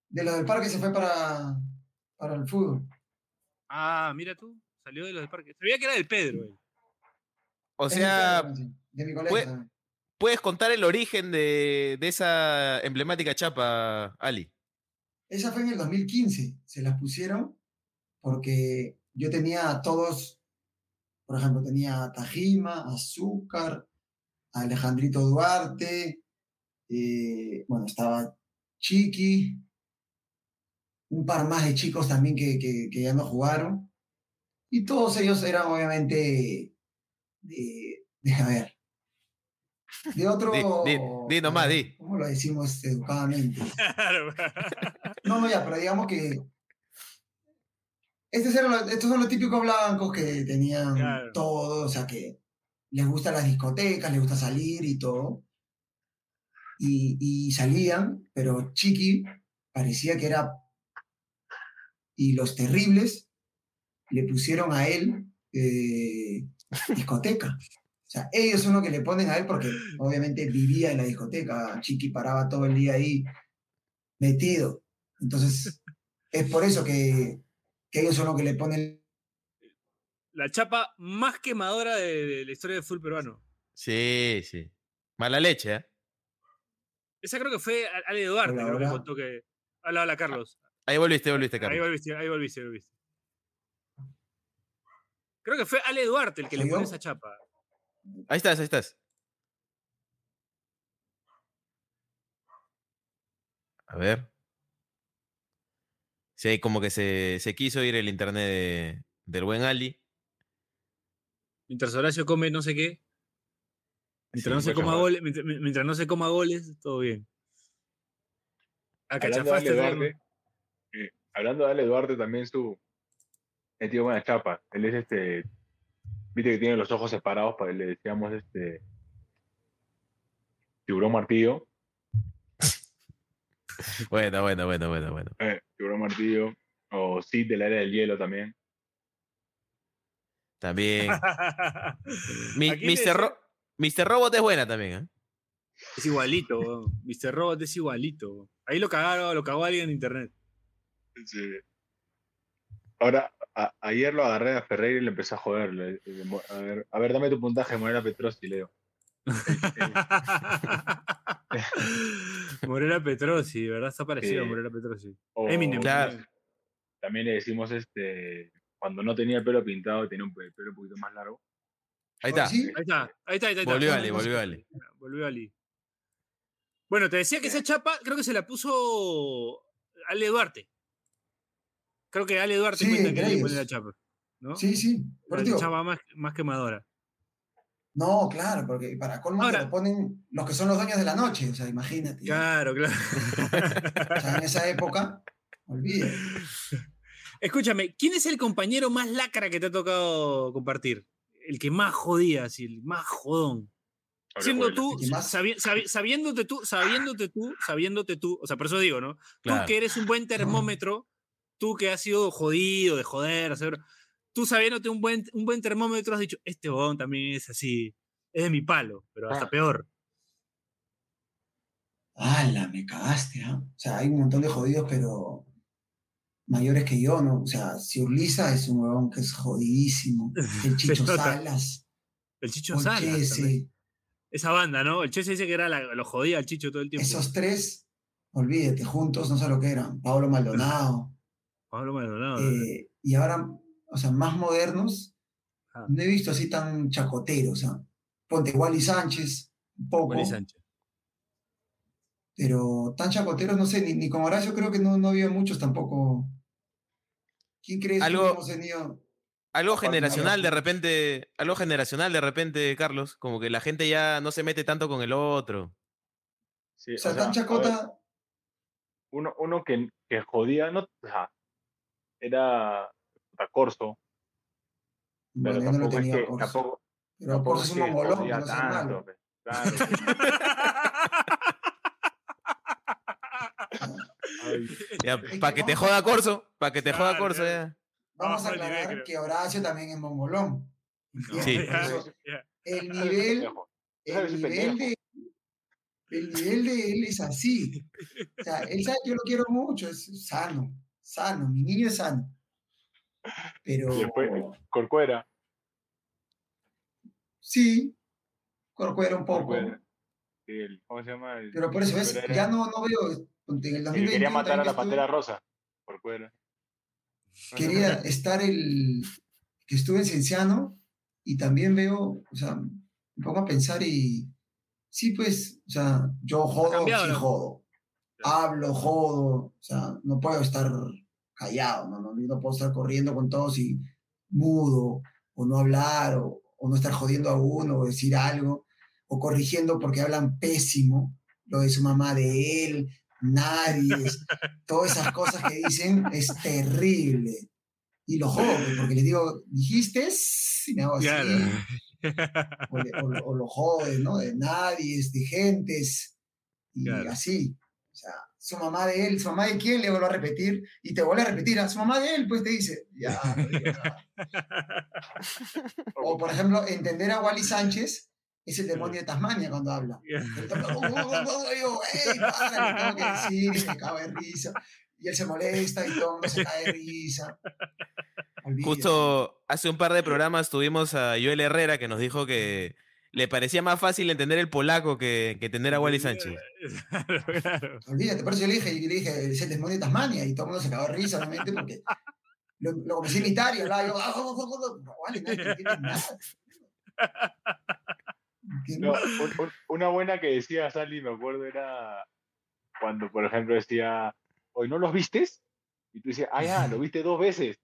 De los del parque se fue para, para el fútbol. Ah, mira tú, salió de los del parque. Sabía que era del Pedro. Él. O Es sea, mi perro, de mi colegio. ¿puede- también. ¿puedes contar el origen de, de esa emblemática chapa, Ali? Esa fue en el dos mil quince. Se las pusieron porque yo tenía a todos, por ejemplo, tenía a Tajima, Azúcar, a Alejandrito Duarte, eh, bueno, estaba Chiqui, un par más de chicos también que, que, que ya no jugaron. Y todos ellos eran obviamente de, de a ver, de otro... Di, di, di nomás, a ver, di. ¿cómo lo decimos educadamente? No, no, ya, pero digamos que estos, eran los, estos son los típicos blancos que tenían Claro. todo, o sea, que les gustan las discotecas, les gusta salir y todo. Y, y salían, pero Chiqui parecía que era... Y los terribles le pusieron a él eh, discoteca. O sea, ellos son los que le ponen a él porque obviamente vivía en la discoteca. Chiqui paraba todo el día ahí metido. Entonces, es por eso que, que ellos son los que le ponen... La chapa más quemadora de, de la historia del fútbol peruano. Sí, sí. Mala leche, ¿eh? Esa creo que fue Ale Duarte, Hola, creo que hola. contó que... Hola, hola, Carlos. Ahí volviste, volviste, Ahí Carlos. volviste, ahí volviste, ahí volviste. Creo que fue Ale Duarte el que le ¿Soy pone yo? esa chapa. Ahí estás, ahí estás. A ver. Sí, ahí como que se, se quiso ir el internet de- del buen Ali. Mientras Horacio come no sé qué. Mientras, Sí, no se mucho coma más. goles, mientras, mientras no se coma goles, todo bien. Hablando de Ale Acachafaste. Duarte, eh, hablando de Ale Duarte también su el tío buena chapa. Él es este, viste que tiene los ojos separados, para le decíamos este tiburón martillo, Bueno, bueno, bueno, bueno, bueno. eh, tiburón martillo, o Sid del área del hielo también. También. Mi, Aquí le mister decía- Ro- mister Robot es buena también, ¿eh? Es igualito, weón. mister Robot es igualito. weón. Ahí lo cagaron, lo cagó alguien en internet. Sí. Ahora, a- ayer lo agarré a Ferreira y le empecé a joder. le- le- a, ver, a ver, dame tu puntaje, Morena Petrosi, Leo. Morena Petrosi, ¿verdad? Está parecido Sí. a Morena Petrosi. O- Eminem. Claro. también. También le decimos este cuando no tenía el pelo pintado y tenía un pe- pelo un poquito más largo. Ahí está. ¿Sí? Ahí está, ahí está, ahí está. Ahí está. Volvió está. Ali, volvió Ali. Volvió Ali. Bueno, te decía que esa chapa creo que se la puso Ale Duarte. Creo que Ale Duarte Sí, cuenta que entre le ellos. pone la chapa. ¿No? Sí, sí. Por La eso digo, chapa más, más quemadora. no, claro, porque para colmo Ahora- te lo ponen los que son los dueños de la noche, o sea, imagínate. Claro, claro. O sea, en esa época, olvídate. Escúchame, ¿quién es el compañero más lacra que te ha tocado compartir? El que más jodía, así, el más jodón. Siendo Orejuela. tú, El que más- sabi- sabi- sabiéndote tú, sabiéndote tú, sabiéndote tú, o sea, por eso digo, ¿no? Claro. Tú que eres un buen termómetro, tú que has sido jodido, de joder, hacer, tú sabiéndote un buen, un buen termómetro has dicho, este bodón también es así, es de mi palo, pero hasta Ah. peor. ¡Hala! Me cagaste, ¿ah? O sea, hay un montón de jodidos, pero mayores que yo, ¿no? O sea, si Urliza es un huevón que es jodidísimo. El Chicho nota. Salas, El Chicho Paul Salas, también. Chese, Esa banda, ¿no? El Chese dice que era la- lo jodía al Chicho todo el tiempo. esos tres, olvídate, juntos, no sé lo que eran. Pablo Maldonado. Pablo Maldonado. eh, y ahora, o sea, más modernos, Ah. no he visto así tan chacoteros. O sea, ponte Wally Sánchez, un poco. Wally Sánchez. Pero tan chacoteros, no sé, ni, ni con Horacio creo que no, no había muchos tampoco. ¿Quién crees Algo- tú que hemos tenido? Algo Aparte, generacional de Mario. repente, algo generacional de repente, Carlos, como que la gente ya no se mete tanto con el otro. Sí, O sea, o sea, tan a ver, chacota, uno, uno que, que jodía, no, o sea, era puta, Corso, pero bueno, yo no lo tampoco es tenía que, Corso. tampoco, Pero tampoco Corso es un que mongolón, que jodía no sea tanto, malo. pe. Claro. Ay, Ya, que para que te vamos- joda Corso, para que te joda Claro, Corso, claro. ya. Vamos a Bajo el nivel, aclarar creo. que Horacio también es mongolón. No, ¿entiendes? Sí. Por ya, eso, ya. el Deja de ser nivel, pendejo. Deja de el ser nivel pendejo. de, El nivel de él es así. O sea, él sabe que yo lo quiero mucho, es sano, sano, mi niño es sano. Pero Y después, Corcuera. sí, Corcuera un poco. Corcuera. Sí, el- ¿Cómo se llama? El- Pero por eso, ¿ves? Corcuera Ya era- no, no veo. En el el que dos mil quería veintiuno matar a también la que estuve- Pantera Rosa. Corcuera. quería estar el. Que estuve en Cienciano y también veo, o sea, me pongo a pensar y. Sí, pues, o sea, yo jodo, cambiado, sí ¿no? jodo. Hablo, jodo, o sea, no puedo estar callado, ¿no? No, no puedo estar corriendo con todos y mudo, o no hablar, o, o no estar jodiendo a uno, o decir algo, o corrigiendo porque hablan pésimo, lo de su mamá, de él, nadie, todas esas cosas que dicen es terrible. Y lo jodo, pues, porque les digo, ¿dijiste? Y me hago así. Claro. O, le- o lo- o lo jode, ¿no? De nadie, de gentes, y Claro. así. O sea, su mamá de él, su mamá de quién, le vuelvo a repetir, y te vuelve a repetir, a su mamá de él, pues te dice, ya, no digo nada. O, por ejemplo, entender a Wally Sánchez es el demonio de Tasmania cuando habla. Él toca, "Oh, oh, oh", y yo, "Ey, para", le tengo que decir, y me cago de risa. Y él se molesta y todo el mundo se cae de risa. Olvídate. Justo hace un par de programas tuvimos a Joel Herrera que nos dijo que le parecía más fácil entender el polaco que, que entender a Wally Sánchez. Claro, claro. Olvídate, por eso yo le dije, yo le dije, es el demonio de Tasmania, y todo el mundo se cagó de risa, obviamente, porque lo, lo comencé a imitar y hablaba yo, "Ah, oh, oh, oh, oh". Vale, nadie te entiende nada. No, un- un- una buena que decía Sally, me acuerdo, era cuando, por ejemplo, decía, hoy no los vistes, y tú decías, ah, ya, lo viste dos veces.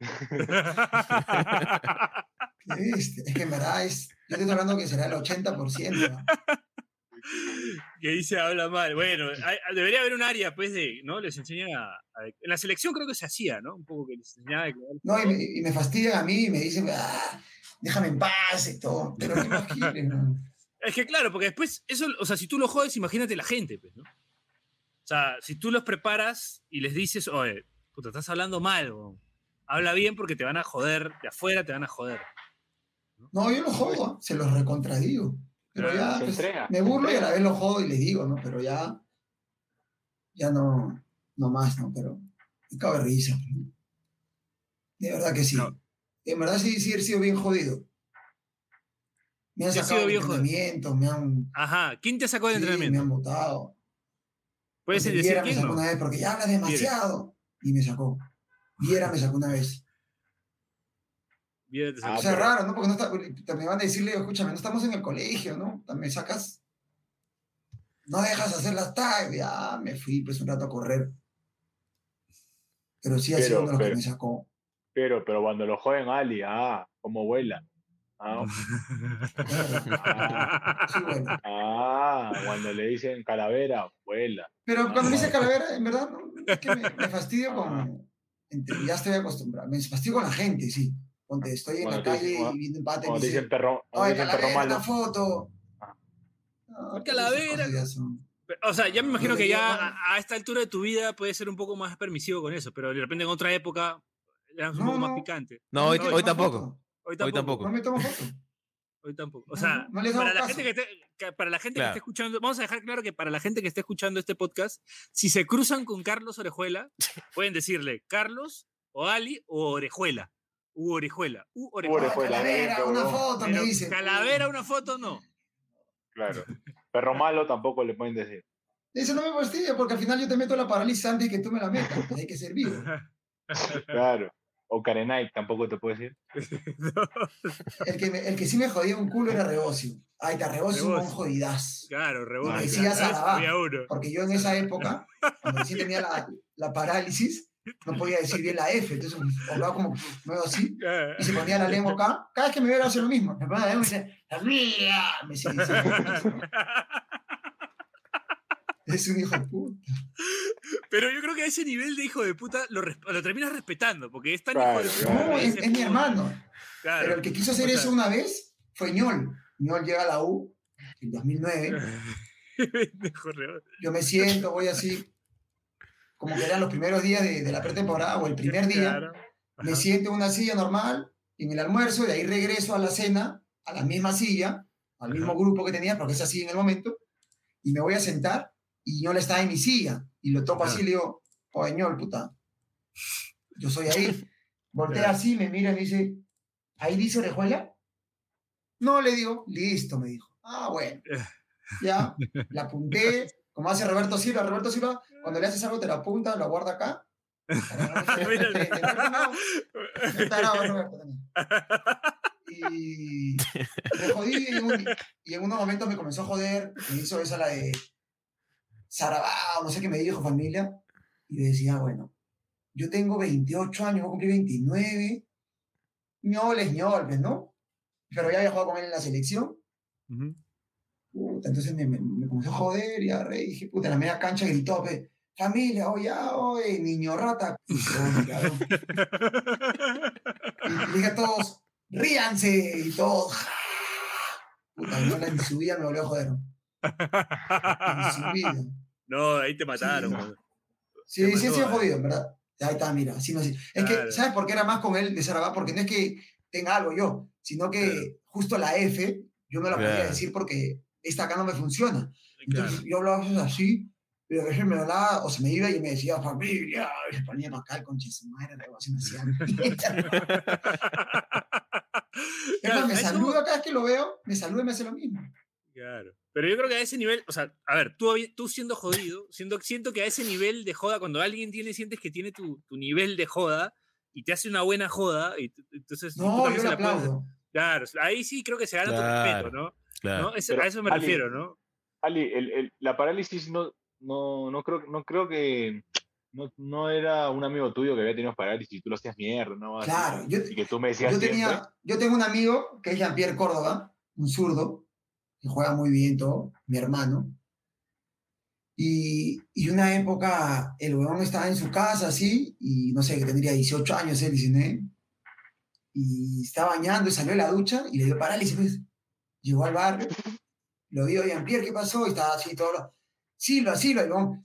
Qué bestia. Es que en verdad es, yo estoy hablando que será el ochenta por ciento, ¿no? Que dice habla mal. Bueno, hay- debería haber un área, pues, de, ¿no? Les enseñan a, a- En la selección creo que se hacía, ¿no? Un poco que les enseñaba de No, y me, y me fastidian a mí y me dicen, "Ah, déjame en paz y todo", pero ¿qué más quieren? No? Es que claro, porque después, eso, o sea, si tú lo jodes, imagínate la gente, pues, ¿no? O sea, si tú los preparas y les dices, oye, puta, estás hablando mal, o habla bien porque te van a joder, de afuera te van a joder. No, yo lo jodo, se los recontradigo. Pero Claro, ya, se pues, entrega, me se burlo y a entrega. la vez lo jodo y les digo, ¿no? Pero ya, ya no, no más, ¿no? Pero me cago de risa. ¿No? De verdad que sí. No. En verdad sí, sí he sido bien jodido. Me han Sí has sacado sido del bien jodido. entrenamiento, me han, Ajá, ¿quién te sacó del sí, me entrenamiento? han votado. ¿Puedes Porque decir Viera me quién, sacó no? una vez porque ya habla demasiado. Y me sacó. Viera me sacó una vez. Bien, te sacó. Ah, O sea, pero- raro, ¿no? Porque no está, también van a decirle, escúchame, no estamos en el colegio, ¿no? Me sacas, no dejas hacer las tags, ya me fui pues un rato a correr. Pero sí ha Pero- sido uno de los que pero- me sacó. Pero, pero cuando lo joden a Ali, ah, cómo vuela. Ah, ah, Sí, bueno. ah, cuando le dicen calavera, vuela. Pero cuando me dice Ah, calavera, en verdad, no, es que me, me fastidio con, entre- ya estoy acostumbrado, me fastidio con la gente, sí. Ponte, estoy en Cuando la te calle dicen- y viendo un pata y me Cuando te dice, dicen perro, cuando oye, te dicen perro calavera, una malo. foto. Ah. No, ¿Por pues, esas calavera? cosas ya son- O sea, ya me imagino Pero que yo, ya bueno. a, a esta altura de tu vida puedes ser un poco más permisivo con eso, pero de repente en otra época eras un No, poco más no. picante. No, hoy, me hoy tomo tampoco. foto. Hoy Hoy tampoco. tampoco. No me tomo foto. Hoy tampoco. O No, sea, no les hago para la caso. gente que esté, que- para la gente que Claro. esté escuchando, vamos a dejar claro que para la gente que esté escuchando este podcast, si se cruzan con Carlos Orejuela, pueden decirle Carlos o Ali o Orejuela. U Orejuela. U Orejuela. Orejuela. Calavera, bien, una cabrón. foto, me Pero dice. calavera, una foto, no. Claro. Perro malo tampoco le pueden decir. Eso no me fastidia porque al final yo te meto la parálisis antes que tú me la metas. Pues hay que ser vivo. Claro. O Karenite tampoco te puede decir. No, El que, me- el que sí me jodía un culo era Rebocio. Ay, te Rebocio un Rebocio. jodidazo. claro, rebote. Me Ay, decía claro. Sarabá. Había uno. Porque yo en esa época, cuando recién tenía la, la parálisis, no podía decir bien la F. Entonces hablaba como medio así. Y se ponía la lengua acá. Cada vez que me veía hacer lo mismo. Me ponía la lengua y me decía, ¡la mía! Me decía, es un hijo de puta. Pero yo creo que a ese nivel de hijo de puta lo, res- lo terminas respetando, porque es tan Claro, hijo de puta. claro. No, que es, ese es mi puto- hermano. Claro. Pero el que quiso hacer O sea, eso una vez fue Ñol. Ñol llega a la U en dos mil nueve. pendejo, rebote. Yo me siento, voy así, como que eran los primeros días de, de la pretemporada o el primer día. Claro. Me Ajá. siento en una silla normal, en el almuerzo, de ahí regreso a la cena, a la misma silla, al mismo Ajá. grupo que tenía, porque es así en el momento, y me voy a sentar y yo le estaba en mi silla y lo toco así y le digo, oye, ñol, puta, yo soy ahí. Voltea así, me mira y me dice, ¿ahí dice Orejuela? No, le digo, listo, me dijo. Ah, bueno. Ya, la apunté, como hace Roberto Silva. Roberto Silva, cuando le haces algo, te la apunta, la guarda acá. Y me jodí y en, un, y en unos momentos me comenzó a joder, me hizo esa la de Sarabao, no sé qué me dijo familia, y le decía, bueno, yo tengo veintiocho años, voy a cumplir veintinueve, ñol es ñol, pues, ¿no? Pero ya había jugado con él en la selección. Uh-huh. Puta, entonces me, me, me comenzó a joder y agarré y dije, puta, en la media cancha gritó, pues, familia, oye, oye, niño rata. Y, y dije a todos, ríanse, y todos, puta, no, en su vida me volvió a joder. En su vida. No, ahí te mataron. Sí, sí, sí, sí, he jodido, en verdad. Ahí está, mira. Sí, no, sí. Es claro. Que, ¿sabes por qué era más con él de Sarabá? Porque no es que tenga algo yo, sino que claro. Justo la F, yo no la claro. podía decir porque esta acá no me funciona. Entonces claro. Yo hablaba así, pero a veces me hablaba, o se me iba y me decía, familia, y se ponía para acá el conche su madre, algo así me hacía. Es más, me saluda cada vez que lo veo, me saluda y me hace lo mismo. Claro. Pero yo creo que a ese nivel, o sea, a ver, tú, tú siendo jodido, siento, siento que a ese nivel de joda, cuando alguien tiene, sientes que tiene tu, tu nivel de joda y te hace una buena joda, y entonces... No, yo le aplaudo. Puedes, claro, ahí sí creo que se gana claro, tu respeto, ¿no? Claro. ¿No? Ese, a eso me Ali, refiero, ¿no? Ali, el, el, la parálisis no, no, no, creo, no creo que... No, no era un amigo tuyo que había tenido parálisis y tú lo hacías mierda, ¿no? Así, claro, yo, y que tú me decías yo, tenía, yo tengo un amigo que es Jean-Pierre Córdoba, un zurdo, que juega muy bien todo, mi hermano. Y, y una época el huevón estaba en su casa así, y no sé, que tendría dieciocho años, él, diecinueve, y estaba bañando y salió de la ducha y le dio parálisis. Pues. Llegó al barrio, lo vio Jean-Pierre, ¿qué pasó? Y estaba así todo, lo, Silva, Silva, y luego,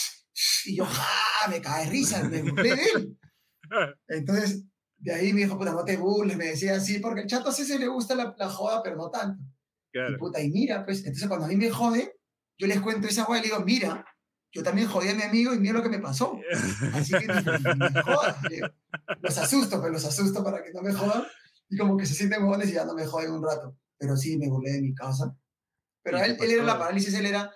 y yo, ¡ja! Me cae de risa, me burlé de él. Entonces, de ahí me dijo, puta, no te burles, me decía así, porque el chato sí se le gusta la, la joda, pero no tanto. Claro. Y puta, y mira, pues, entonces cuando a mí me jode, yo les cuento esa hueá y le digo, mira, yo también jodí a mi amigo y mira lo que me pasó. Así que ni, ni me jodas. Los asusto, pues los asusto para que no me jodan. Y como que se sienten jodones y ya no me joden un rato. Pero sí, me burlé de mi casa. Pero él, él era la parálisis, él era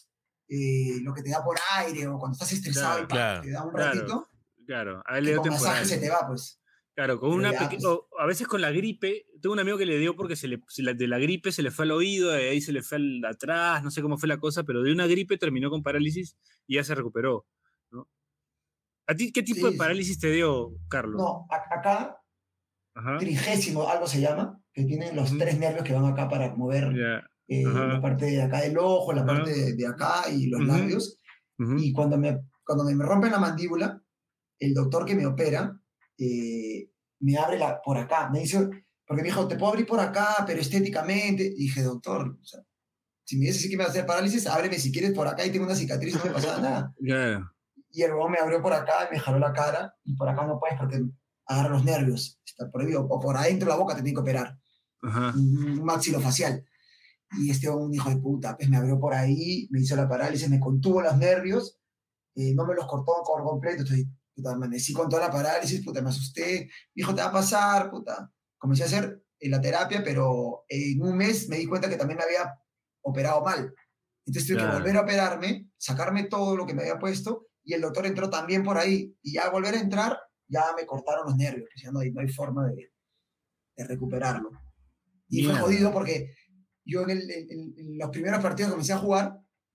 eh, lo que te da por aire o cuando estás estresado claro, y te da un claro, ratito. Claro, a él le dio con masaje se te va, pues. Claro, con una ya, pues. A veces con la gripe, tengo un amigo que le dio porque se le, se la, de la gripe se le fue al oído, de ahí se le fue al, atrás, no sé cómo fue la cosa, pero de una gripe terminó con parálisis y ya se recuperó, ¿no? ¿A ti qué tipo sí, de parálisis sí. te dio, Carlos? No, acá, Ajá. trigésimo, algo se llama, que tienen los uh-huh. tres nervios que van acá para mover yeah. eh, la parte de acá del ojo, la uh-huh. parte de, de acá y los uh-huh. labios. Uh-huh. Y cuando me, cuando me rompen la mandíbula, el doctor que me opera, Eh, me abre la, por acá, me dice, porque me dijo, te puedo abrir por acá, pero estéticamente, y dije, doctor, o sea, si me dices que me va a hacer parálisis, ábreme si quieres por acá y tengo una cicatriz, no me pasa nada. Yeah. Y el huevón me abrió por acá y me jaló la cara, y por acá no puedes porque agarra los nervios, está prohibido, o por adentro de la boca te tienen que operar, uh-huh. un maxilofacial. Y este un hijo de puta, pues me abrió por ahí, me hizo la parálisis, me contuvo los nervios, eh, no me los cortó por completo, estoy puta, amanecí con toda la parálisis, puta, me asusté, me dijo, te va a pasar, puta. Comencé a hacer la terapia, pero en un mes me di cuenta que también me había operado mal. Entonces tuve claro. que volver a operarme, sacarme todo lo que me había puesto, y el doctor entró también por ahí, y ya al volver a entrar, ya me cortaron los nervios, pues ya no hay, no hay forma de, de recuperarlo. Y yeah. fue jodido porque yo en, el, en, en los primeros partidos que comencé a jugar,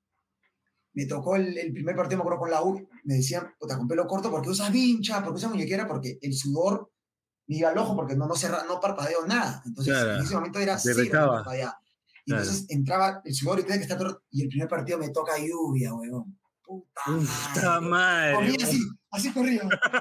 me tocó el, el primer partido, me acuerdo con la U, me decían, puta, con pelo corto, porque usas vincha, porque usas muñequera, porque el sudor me iba al ojo, porque no, no, cerra, no parpadeo nada. Entonces, claro. en ese momento era cero parpadear. Y claro. entonces entraba el sudor y tenía que estar todo, y el primer partido me toca lluvia, weón. Puta Puta madre. Corría así, así corría.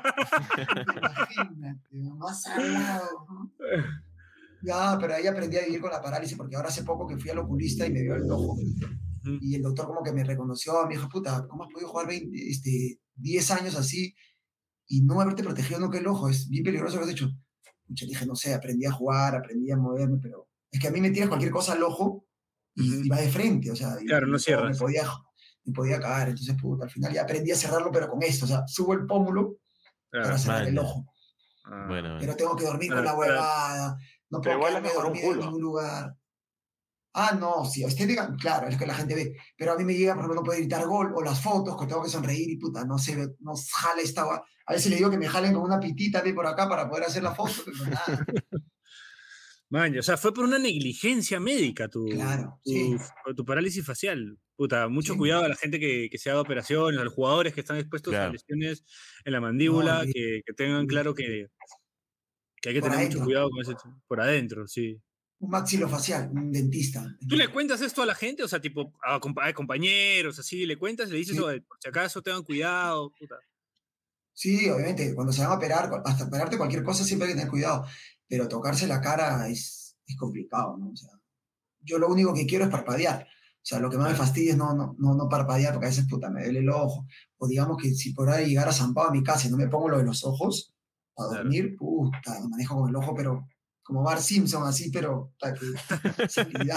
Imagínate, más al lado. ¿No? Ya, pero ahí aprendí a vivir con la parálisis, porque ahora hace poco que fui al oculista y me vio el ojo. Y el doctor como que me reconoció, me dijo, puta, ¿cómo has podido jugar veinte, este, diez años así y no haberte protegido nunca el ojo? Es bien peligroso lo que has hecho. Pucha, dije, no sé, aprendí a jugar, aprendí a moverme, pero es que a mí me tiras cualquier cosa al ojo y, Ujú. y va de frente, o sea, y- Claro, y no todo cierras. me podía, me podía cagar, entonces, puta, al final ya aprendí a cerrarlo, pero con esto, o sea, subo el pómulo para Claro. cerrar el Maña. ojo, Ah, Bueno, bueno. pero tengo que dormir con Para- la para- huevada, no Pero puedo igual has quedarme mejorado un dormido en culo. ningún lugar. Ah, no, sí, estética, claro, es que la gente ve, pero a mí me llega, por ejemplo, no puedo editar gol, o las fotos, que tengo que sonreír y puta, no sé, no jala esta gua- A veces le digo que me jalen con una pitita de por acá para poder hacer la foto, pero nada, Man, o sea, fue por una negligencia médica tu, claro, tu, sí, tu parálisis facial. Puta, mucho sí. cuidado a la gente que, que se haga operaciones, a los jugadores que están expuestos a Claro. lesiones en la mandíbula, No, que, que tengan sí. claro que, que hay que Por tener mucho adentro. cuidado con ese por adentro, sí. Un maxilofacial, un dentista. ¿Tú le cuentas esto a la gente? O sea, tipo, a, compa- a compañeros, así, le cuentas, le dices, Sí. "Oye, por si acaso tengan cuidado, puta". Sí, obviamente, cuando se van a operar, hasta operarte cualquier cosa siempre hay que tener cuidado, pero tocarse la cara es, es complicado, ¿no? O sea, yo lo único que quiero es parpadear. O sea, lo que más me Claro. fastidia es no, no, no, no parpadear, porque a veces, puta, me duele el ojo. O digamos que si por ahí llegara zampado a mi casa y no me pongo lo de los ojos para Claro. dormir, puta, lo manejo con el ojo, pero como Bart Simpson, así, pero puta, que sin piedad.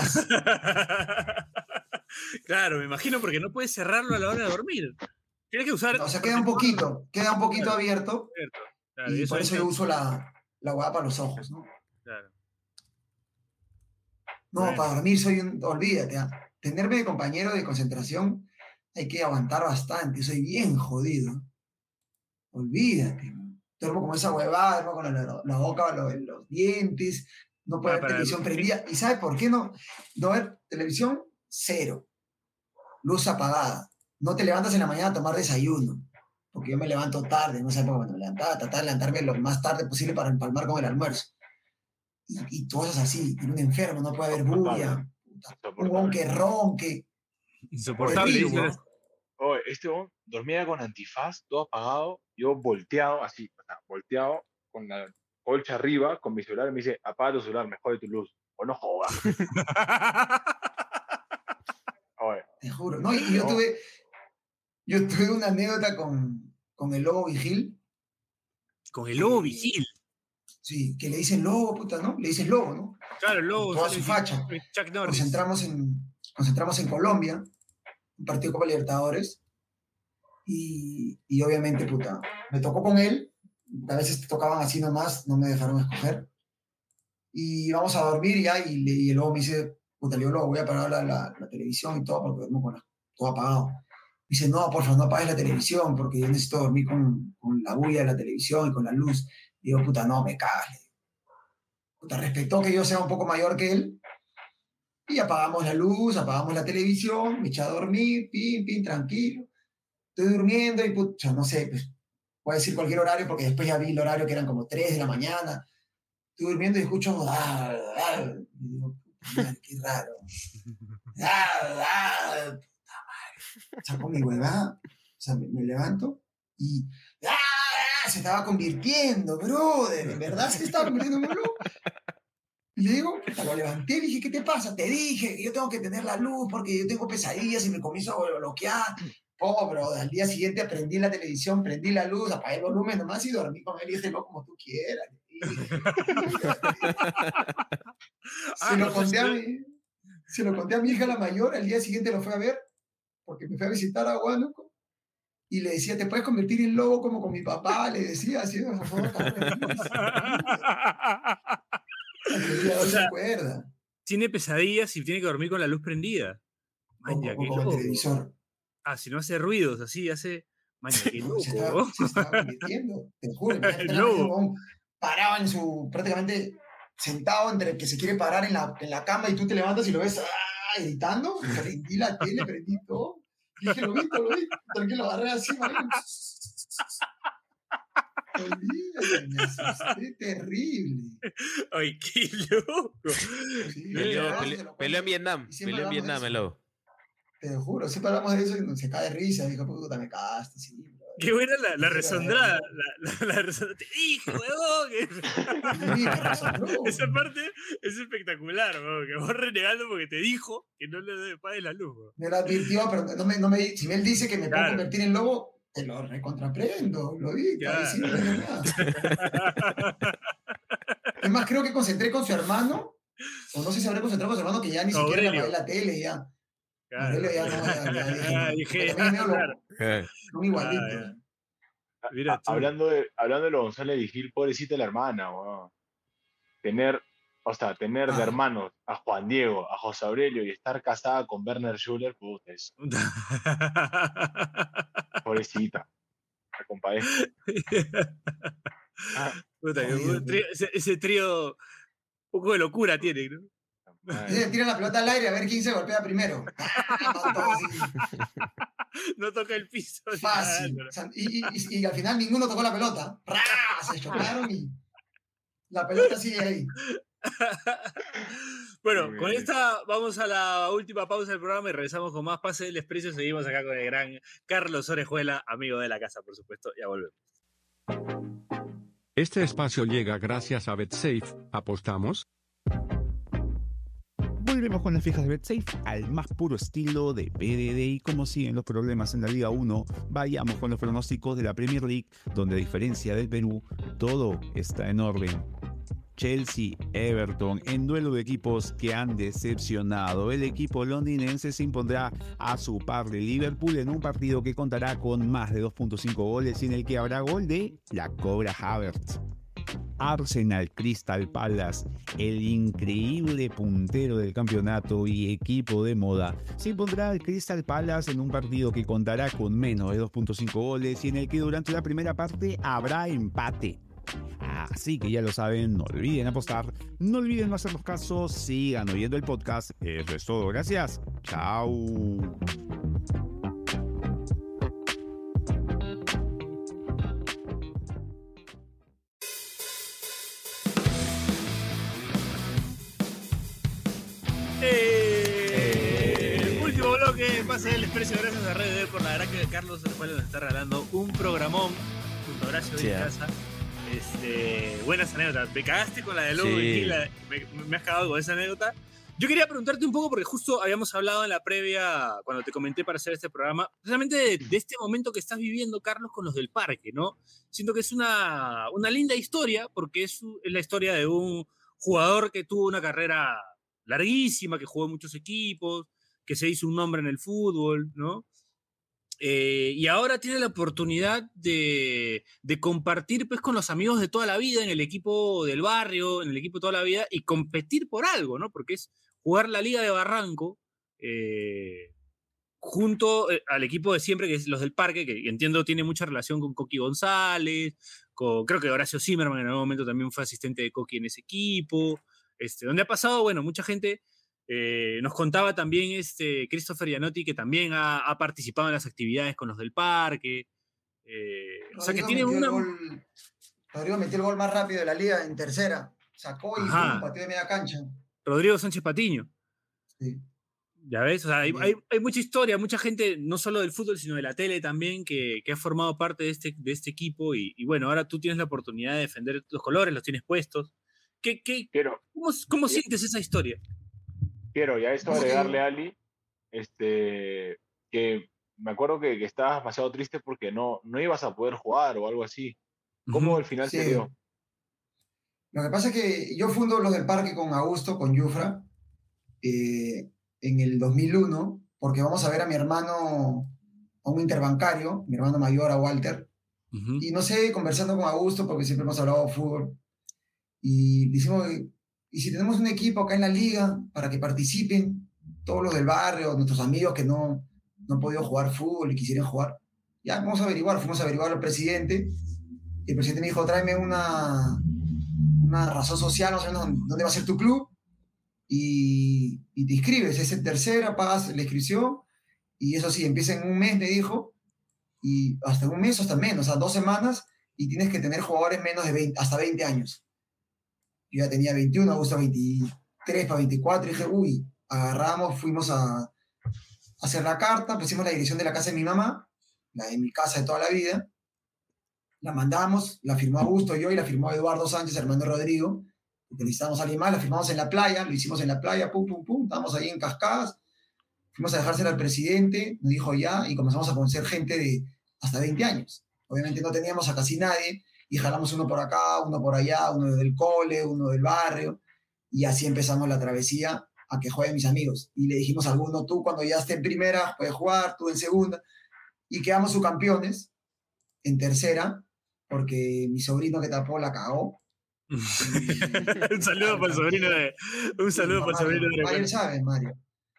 Claro, me imagino porque no puedes cerrarlo a la hora de dormir. Tienes que usar. No, o sea, queda un poquito, queda un poquito Claro. abierto, Cierto, claro, y eso por hay eso que- yo uso la, la hueá para los ojos, ¿no? claro. No, Bueno. para dormir soy un, olvídate, ¿ah? Tenerme de compañero de concentración hay que aguantar bastante, soy bien jodido. Olvídate, ¿no? Duermo como esa huevada, duermo con la, la- la boca, lo- los, dientes, no puedo Ah, ver para- televisión prendida. ¿Y sabes por qué no? No ver televisión, cero. Luz apagada. No te levantas en la mañana a tomar desayuno, porque yo me levanto tarde, no sé por qué cuando me levantaba, tratar de levantarme lo más tarde posible para empalmar con el almuerzo. Y, y cosas así, en un enfermo, no puede haber bulla, puta, un huevón que ronque. Insoportable. Terrible, dices. ¿no? Oye, este hombre dormía con antifaz, todo apagado, yo volteado, así, o sea, volteado, con la colcha arriba, con mi celular, y me dice, apaga tu celular, me jode tu luz. O no jodas. Oye, Te juro. No, y, y yo No. tuve, yo tuve una anécdota con, con el lobo vigil. Con el lobo Eh, vigil. Sí, que le dicen lobo, puta, ¿no? Le dicen lobo, ¿no? Claro, el lobo. Con toda sale su aquí, facha. Chuck Norris. Concentramos en, concentramos en Colombia, un partido Copa Libertadores. Y, y obviamente, puta, me tocó con él. A veces te tocaban así nomás, no me dejaron escoger. Y vamos a dormir ya, y, le- y el lobo me dice, puta, le digo, lobo, voy a apagar la, la, la televisión y todo, porque duermo con la- todo apagado. Dice, no, por favor, no apagues la televisión, porque yo necesito dormir con, con la bulla de la televisión y con la luz. Digo, puta, no, me cagas. le digo. Puta, respetó que yo sea un poco mayor que él. Y apagamos la luz, apagamos la televisión, me eché a dormir, pim, pim, tranquilo. Estoy durmiendo y, pucha, no sé, pues, voy a decir cualquier horario, porque después ya vi el horario que eran como tres de la mañana. Estoy durmiendo y escucho, ah, ah, y digo, puta madre, qué raro. Ah, ah, puta madre. Saco mi huevada, o sea, me, me levanto y ah, ah, se estaba convirtiendo, brother. En verdad se estaba convirtiendo en un lobo. Y le digo, puta, lo levanté y dije, ¿qué te pasa? Te dije que yo tengo que tener la luz porque yo tengo pesadillas y me comienzo a bloquear. Oh, bro, al día siguiente prendí la televisión, prendí la luz, apagué el volumen nomás y dormí con él y dije, no, como tú quieras. le dije. Ah, Se lo no, conté a pues, mi, se lo conté a mi hija la mayor, al día siguiente lo fue a ver, porque me fue a visitar a Huánuco, y le decía, ¿te puedes convertir en lobo como con mi papá? Le decía, así, por favor, O sea, se acuerda. tiene pesadillas y tiene que dormir con la luz prendida. O, Maña, o qué con el loco. televisor. Ah, si no hace ruidos, así hace. Maña, qué No, se, loco. estaba, se estaba convirtiendo, te juro. imagínate, El era un lobo. huevón parado en su, prácticamente sentado entre el que se quiere parar en la, en la cama y tú te levantas y lo ves ah, editando. Prendí la tele, prendí todo. Y dije, lo vi, lo vi. Tranquilo, lo agarré así, marico. Olvídate, me asusté terrible. Ay, qué loco. Sí, Peleó, ya, peleó- se lo peleó en cuento. Vietnam. Y siempre Peleó en hablamos de Vietnam, eso. el lobo. Te lo juro, siempre hablamos de eso y se cae de risa. Dijo, puta, me cagaste, sí. bro. Qué buena la, la Dije, resondrada. La, la, la resondrada. Te dije, huevón. que- Sí, me resonó. Esa parte es espectacular, huevón. Que vos renegando porque te dijo que no le apagues la luz, huevón. Me lo advirtió, pero no me, no me, si él dice que me puedo Claro. convertir en lobo, te lo recontraprendo, lo vi, Claro. sí, no digo nada. Es más, creo que concentré con su hermano O no sé si habré concentrado con su hermano que ya ni siquiera Aurelio. le apagué la tele, ya. Claro. Aurelio ya no, ya, ya dije, Ah, no. dije, Pero también es medio claro. loco, son igualitos. Ah, A- Mira a- tú. hablando de hablando de lo González Vigil, pobrecita la hermana, weón. Tener, o sea, tener de Ah. hermanos a Juan Diego, a José Aurelio y estar casada con Werner Schuller, puta, es pobrecita. Me compadezco. Ah, Puta, que Jodido, un trío- ese, ese trío, un poco de locura tiene, ¿no? madre. Dice, tira la pelota al aire a ver quién se golpea primero. Ah, con todo así, No toca el piso. ni fácil. nada, O sea, y, y- y- y al final ninguno tocó la pelota. ¡Ra! Se chocaron y la pelota sigue ahí. Bueno, Sí, con bien. esta vamos a la última pausa del programa y regresamos con más Pase del Desprecio. Seguimos acá con el gran Carlos Orejuela, amigo de la casa, por supuesto. Ya volvemos. Este espacio llega gracias a BetSafe. ¿Apostamos? Volvemos con las fijas de BetSafe al más puro estilo de P D D y como siguen los problemas en la Liga uno, vayamos con los pronósticos de la Premier League, donde a diferencia del Perú, todo está en orden. Chelsea, Everton, en duelo de equipos que han decepcionado. El equipo londinense se impondrá a su par de Liverpool en un partido que contará con más de dos punto cinco goles y en el que habrá gol de la Cobra Havertz. Arsenal, Crystal Palace, el increíble puntero del campeonato y equipo de moda, se impondrá al Crystal Palace en un partido que contará con menos de dos punto cinco goles y en el que durante la primera parte habrá empate. Así que ya lo saben, no olviden apostar, no olviden no hacernos caso, sigan oyendo el podcast. Eso es todo, gracias. Chao. Eh, último bloque, Pase del Desprecio, gracias a Red D por la verdad que Carlos Orejuela nos está regalando un programón junto a Horacio Sí, de ¿eh? casa. Este, buenas anécdotas. Me cagaste con la de Lobo Sí. y la- me, me has cagado con esa anécdota. Yo quería preguntarte un poco, porque justo habíamos hablado en la previa, cuando te comenté para hacer este programa, precisamente de, de este momento que estás viviendo, Carlos, con los del parque, ¿no? Siento que es una, una linda historia, porque es, u- es la historia de un jugador que tuvo una carrera larguísima, que jugó en muchos equipos, que se hizo un nombre en el fútbol, ¿no? Eh, y ahora tiene la oportunidad de, de compartir pues, con los amigos de toda la vida, en el equipo del barrio, en el equipo de toda la vida, y competir por algo, ¿no? Porque es jugar la Liga de Barranco eh, junto eh, al equipo de siempre, que es los del Parque, que entiendo tiene mucha relación con Coqui González, con, creo que Horacio Zimmerman en algún momento también fue asistente de Coqui en ese equipo, este, donde ha pasado, bueno, mucha gente. Eh, nos contaba también este Christopher Gianotti, que también ha, ha participado en las actividades con los del parque. Eh, o sea que Rodrigo tiene metió una. el gol, Rodrigo metió el gol más rápido de la liga en tercera. Sacó y Ajá. pum, pateó de media cancha. Rodrigo Sánchez Patiño. Sí. Ya ves, o sea, hay, Bien. hay, hay mucha historia, mucha gente, no solo del fútbol, sino de la tele también, que, que ha formado parte de este, de este equipo. Y, y bueno, ahora tú tienes la oportunidad de defender los colores, los tienes puestos. ¿Qué, qué, Quiero, ¿Cómo, cómo Bien. sientes esa historia? quiero, y a esto ¿Cómo que- agregarle, Ali, este, que me acuerdo que, que estabas demasiado triste porque no, no ibas a poder jugar o algo así. ¿Cómo Ujú. al final Sí. se dio? Lo que pasa es que yo fundo los del parque con Augusto, con Yufra, eh, en el dos mil uno, porque vamos a ver a mi hermano, a un interbancario, mi hermano mayor, a Walter, Ujú. y no sé, conversando con Augusto, porque siempre hemos hablado de fútbol, y decimos, y si tenemos un equipo acá en la liga para que participen todos los del barrio, nuestros amigos que no, no han podido jugar fútbol y quisieran jugar, ya vamos a averiguar, fuimos a averiguar al presidente, y el presidente me dijo, tráeme una, una razón social, no sé dónde dónde va a ser tu club, y, y te inscribes, es en tercera, pagas la inscripción, y eso sí, empieza en un mes, me dijo, y hasta un mes o hasta menos, o sea, dos semanas, y tienes que tener jugadores menos de veinte, hasta veinte años. Yo ya tenía veintiuno, Augusto veintitrés para veinticuatro, y dije, uy, agarramos, fuimos a, a hacer la carta, pusimos la dirección de la casa de mi mamá, la de mi casa de toda la vida, la mandamos, la firmó Augusto, yo, y la firmó Eduardo Sánchez, hermano de Rodrigo, porque necesitábamos a alguien más, la firmamos en la playa, lo hicimos en la playa, pum, pum, pum, estábamos ahí en Cascadas, fuimos a dejársela al presidente, nos dijo ya, y comenzamos a conocer gente de hasta veinte años. Obviamente no teníamos a casi nadie, y jalamos uno por acá, uno por allá, uno del cole, uno del barrio, Y así empezamos la travesía a que jueguen mis amigos. Y le dijimos a alguno, tú cuando ya esté en primera, puedes jugar, tú en segunda. Y quedamos subcampeones en tercera, porque mi sobrino que tapó la cagó. Y, un saludo para el sobrino de. Un saludo para el sobrino de. Mario sabe, Mario.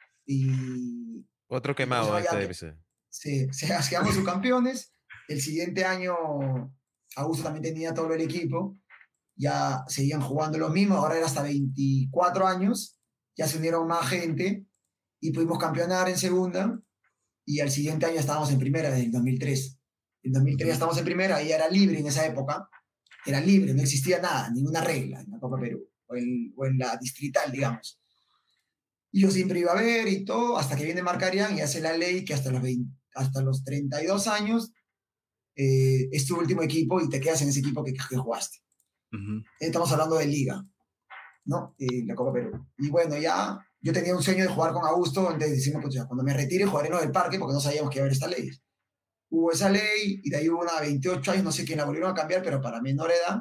Y. Otro quemado y este que, episodio. Sí, quedamos subcampeones. El siguiente año, Augusto también tenía todo el equipo. Ya seguían jugando los mismos, ahora era hasta veinticuatro años. Ya se unieron más gente y pudimos campeonar en segunda. Y al siguiente año estábamos en primera, desde el dos mil tres. En dos mil tres ya estábamos en primera y era libre en esa época. Era libre, no existía nada, ninguna regla en la Copa Perú o en, o en la distrital, digamos. Y yo siempre iba a ver y todo, hasta que viene Marcarián y hace la ley que hasta los, veinte, hasta los treinta y dos años eh, es tu último equipo y te quedas en ese equipo que, que jugaste. Uh-huh. Estamos hablando de liga, ¿no? Eh, la Copa Perú. Y bueno, ya yo tenía un sueño de jugar con Augusto, entonces decimos, pues ya, cuando me retire jugaré en lo del parque porque no sabíamos que iba a haber esta ley. Hubo esa ley y de ahí hubo una de veintiocho años, no sé quién la volvieron a cambiar, pero para menor edad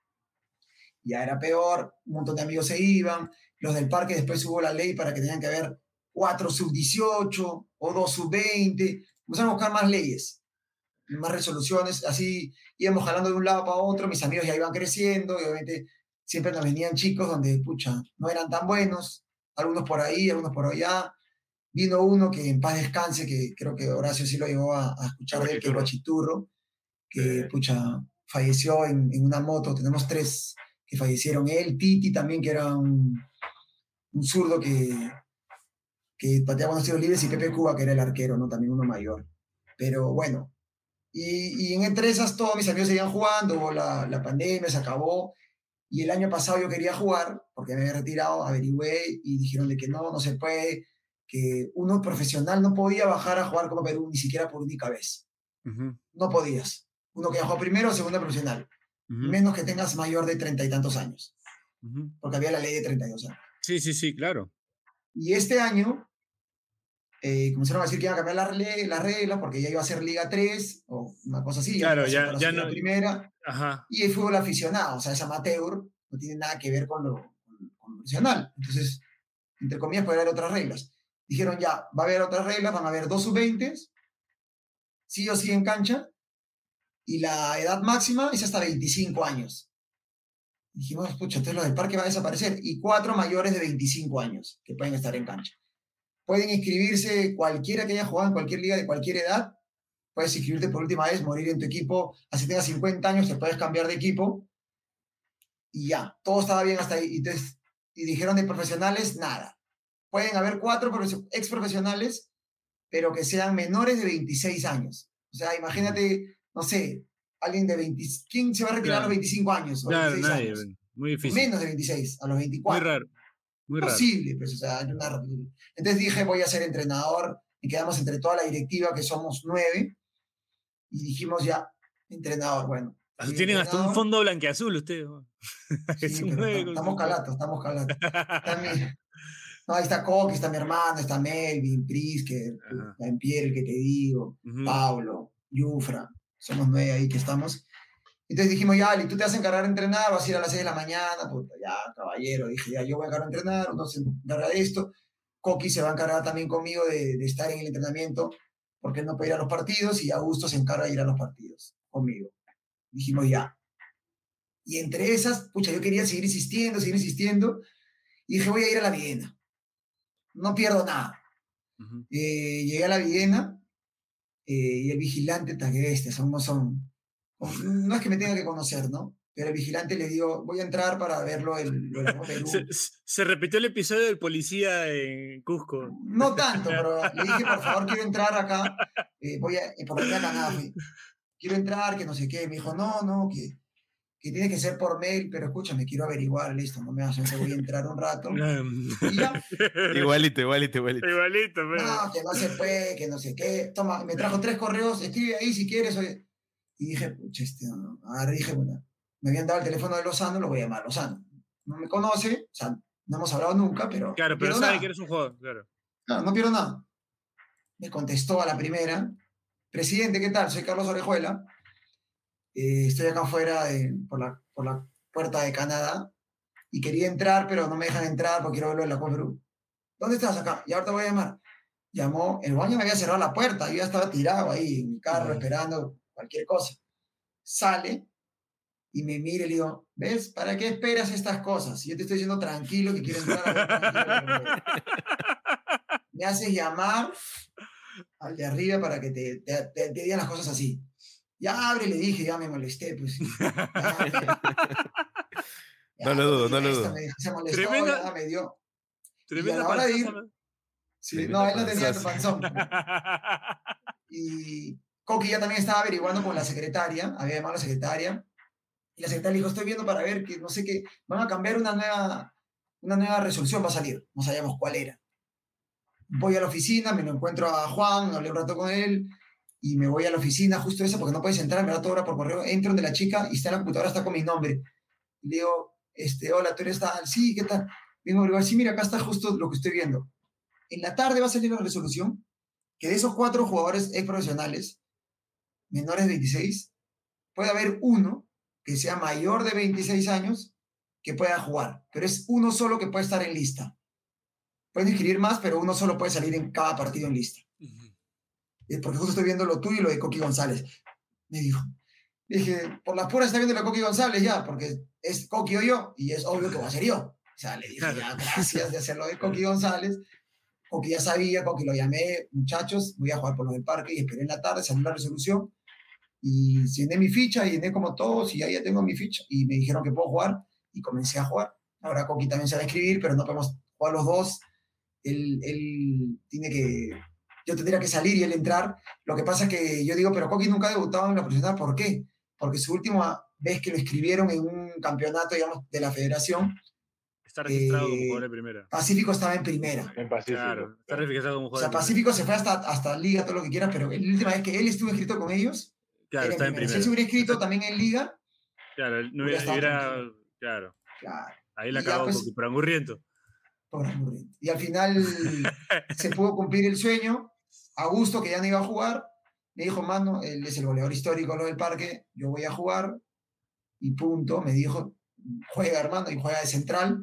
ya era peor, un montón de amigos se iban, los del parque después hubo la ley para que tenían que haber cuatro sub dieciocho o dos sub veinte, empezaron a buscar más leyes, más resoluciones, así íbamos jalando de un lado para otro, mis amigos ya iban creciendo, y obviamente siempre nos venían chicos donde, pucha, no eran tan buenos, algunos por ahí, algunos por allá. Vino uno que en paz descanse, que creo que Horacio sí lo llevó a, a escuchar de él, que es Guachiturro, que, eh. pucha, falleció en, en una moto. Tenemos tres que fallecieron. Él, Titi también, que era un, un zurdo que, que pateaba unos tiros libres, y Pepe Cuba, que era el arquero, ¿no? También uno mayor. Pero bueno, y, y en entre esas todos mis amigos seguían jugando, hubo la, la pandemia, se acabó, y el año pasado yo quería jugar, porque me había retirado, averigüé, y dijeron de que no, no se puede, que uno profesional no podía bajar a jugar Copa Perú ni siquiera por única vez. Uh-huh. No podías. Uno que jugó primero o segunda profesional. Uh-huh. Menos que tengas mayor de treinta y tantos años. Uh-huh. Porque había la ley de treinta y dos años. Sí, sí, sí, claro. Y este año eh, comenzaron a decir que iban a cambiar las la, la reglas porque ya iba a ser Liga tres o una cosa así. Claro, ya, ya, ya no. Primera. Ajá. Y el fútbol aficionado, o sea, es amateur, no tiene nada que ver con lo, con, con lo profesional. Entonces, entre comillas, puede haber otras reglas. Dijeron ya, va a haber otras reglas, van a haber dos sub veinte, sí o sí en cancha, y la edad máxima es hasta veinticinco años. Dijimos, pucha, entonces lo del parque va a desaparecer, y cuatro mayores de veinticinco años que pueden estar en cancha. Pueden inscribirse cualquiera que haya jugado en cualquier liga de cualquier edad, puedes inscribirte por última vez, morir en tu equipo, así tengas cincuenta años, te puedes cambiar de equipo, y ya, todo estaba bien hasta ahí. Y, entonces, y dijeron de profesionales, nada. Pueden haber cuatro ex profesionales, pero que sean menores de veintiséis años. O sea, imagínate, no sé, alguien de veinte, ¿quién se va a retirar claro. a los veinticinco años? O claro, veintiséis nadie, años? Muy difícil. Menos de veintiséis, a los veinticuatro. Muy raro. Muy raro. Posible, pues, o sea, una... Entonces dije, voy a ser entrenador, y quedamos entre toda la directiva, que somos nueve, y dijimos ya, entrenador, bueno. Tienen hasta un fondo blanqueazul ustedes. Sí, nueve, estamos calatos, estamos calatos. También. No, ahí está Coqui, está mi hermano, está Melvin, Prisker, Jean-Pierre, el que te digo, uh-huh. Pablo, Yufra, somos nueve ahí que estamos. Entonces dijimos, ya, Ali, tú te vas a encargar de entrenar, vas a ir a las seis de la mañana, puta, ya, caballero, dije, ya, yo voy a encargar de entrenar, uno se encarga de esto, Coqui se va a encargar también conmigo de, de estar en el entrenamiento, porque él no puede ir a los partidos, y Augusto se encarga de ir a los partidos, conmigo. Dijimos, ya. Y entre esas, pucha, yo quería seguir insistiendo, seguir insistiendo, y dije, voy a ir a la Viena. No pierdo nada. Uh-huh. Eh, llegué a la Viena eh, y el vigilante, este, son, son, no es que me tenga que conocer, ¿no? Pero el vigilante le digo, voy a entrar para verlo el, el, el Perú. Se, se repitió el episodio del policía en Cusco. No tanto, pero le dije, por favor, quiero entrar acá, eh, voy a, por la Canafi. Quiero entrar, que no sé qué. Me dijo, no, no, que... que tiene que ser por mail, pero escúchame, quiero averiguar, listo, no me hacen que voy a entrar un rato. Y ya. Igualito, igualito, igualito. Igualito, pero... No, que no se puede, que no sé qué. Toma, me trajo tres correos, escribe ahí si quieres. Oye. Y dije, pucha, este, no, no. Ahora dije, bueno, me habían dado el teléfono de Lozano, lo voy a llamar Lozano. No me conoce, o sea, no hemos hablado nunca, pero... Claro, pero sabe nada. Que eres un jugador, claro. Claro, no pierdo nada. Me contestó a la primera, presidente, ¿qué tal? Soy Carlos Orejuela. Eh, estoy acá afuera de, por, la, por la puerta de Canadá. y quería entrar, pero no me dejan entrar porque quiero verlo en la Copa Perú. ¿Dónde estás acá? Y ahorita voy a llamar. Llamó, el baño me había cerrado la puerta, yo ya estaba tirado ahí en mi carro Ujú. esperando cualquier cosa. Sale y me mira y le digo, ¿ves? ¿Para qué esperas estas cosas? Yo te estoy diciendo tranquilo que quiero entrar a ver tranquilo. Me haces llamar al de arriba para que te, te, te, te digan las cosas así. Ya abre, le dije, ya me molesté, pues. Ya, ya, No lo dudo, no lo esta dudo. me dijo, se molestó, Tremenda- ya me dio. Tremenda Y a la hora de ir, panzaza, sí, Tremenda no, él no tenía panzaza. panzón. Y Coqui ya también estaba averiguando con la secretaria, había llamado a la secretaria, y la secretaria dijo, estoy viendo para ver que no sé qué, van a cambiar una nueva, una nueva resolución, va a salir, no sabíamos cuál era. Voy a la oficina, me lo encuentro a Juan, hablé un rato con él, y me voy a la oficina justo esa, porque no puedes entrar, me da toda hora por correo, entro donde la chica, y está en la computadora, está con mi nombre. Y le digo, este, hola, tú eres tal, sí, ¿qué tal? Vengo a averiguar, sí, mira, acá está justo lo que estoy viendo. En la tarde va a salir la resolución, que de esos cuatro jugadores ex profesionales, menores de veintiséis, puede haber uno que sea mayor de veintiséis años que pueda jugar, pero es uno solo que puede estar en lista. Pueden inscribir más, pero uno solo puede salir en cada partido en lista. Eh, Porque justo estoy viendo lo tuyo y lo de Coqui González. Me dijo. Dije, por las puras está viendo la Coqui González ya, porque es Coqui o yo, y es obvio que va a ser yo. O sea, le dije, ya, gracias de hacerlo de Coqui González. Coqui ya sabía, Coqui lo llamé, muchachos, voy a jugar por los del parque, y esperé en la tarde, salió la resolución, y llené mi ficha, llené como todos, y ya, ya tengo mi ficha, y me dijeron que puedo jugar, y comencé a jugar. Ahora Coqui también sabe escribir, pero no podemos jugar los dos. Él, él tiene que, yo tendría que salir y él entrar. Lo que pasa es que yo digo, pero Coqui nunca ha debutado en la profesional, ¿por qué? Porque su última vez que lo inscribieron en un campeonato, digamos, de la federación, Está registrado Eh, como jugador de primera. Pacífico estaba en primera. En Pacífico. Claro, está registrado como O jugador sea, de primera. Pacífico se fue hasta, hasta Liga, todo lo que quieras, pero la última vez que él estuvo inscrito con ellos, Claro, era está en en primera. Si primera. él se hubiera inscrito también en Liga, Claro, no hubiera hubiera, estado hubiera- tranquilo. claro, claro, ahí la Y ya, acabó pues, porque por angurriento. pobre Murriente. Y al final se pudo cumplir el sueño. Augusto, que ya no iba a jugar, me dijo, mano, él es el goleador histórico lo del parque, yo voy a jugar, y punto. Me dijo, juega, hermano, y juega de central.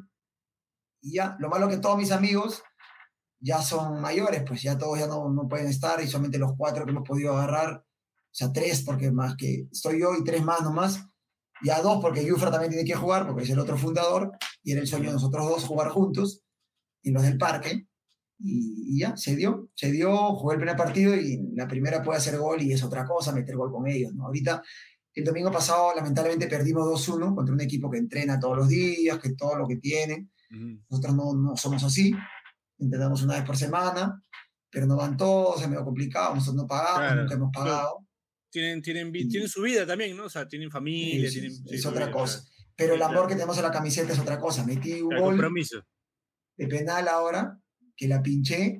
Y ya, lo malo que todos mis amigos ya son mayores, pues ya todos ya no, no pueden estar, y solamente los cuatro que hemos podido agarrar, o sea, tres, porque más que estoy yo y tres más nomás, ya dos, porque Yufra también tiene que jugar, porque es el otro fundador, y era el sueño de nosotros dos jugar juntos, y los del parque, y, y ya, se dio, se dio, jugué el primer partido, y la primera puede hacer gol, y es otra cosa, meter gol con ellos, ¿no? Ahorita, el domingo pasado, lamentablemente, perdimos dos uno contra un equipo que entrena todos los días, que todo lo que tiene. Ujú. Nosotros no, no somos así, entrenamos una vez por semana, pero no van todos, es medio complicado, nosotros no pagamos, Claro. nunca hemos No. pagado, Tienen, tienen, vi- Y- tienen su vida también, ¿no? O sea, tienen familia, es, tienen. es- sí, es su otra vida, cosa. claro. Pero Sí, el amor claro. que tenemos en la camiseta es otra cosa. Metí un El gol compromiso. de penal ahora, que la pinché,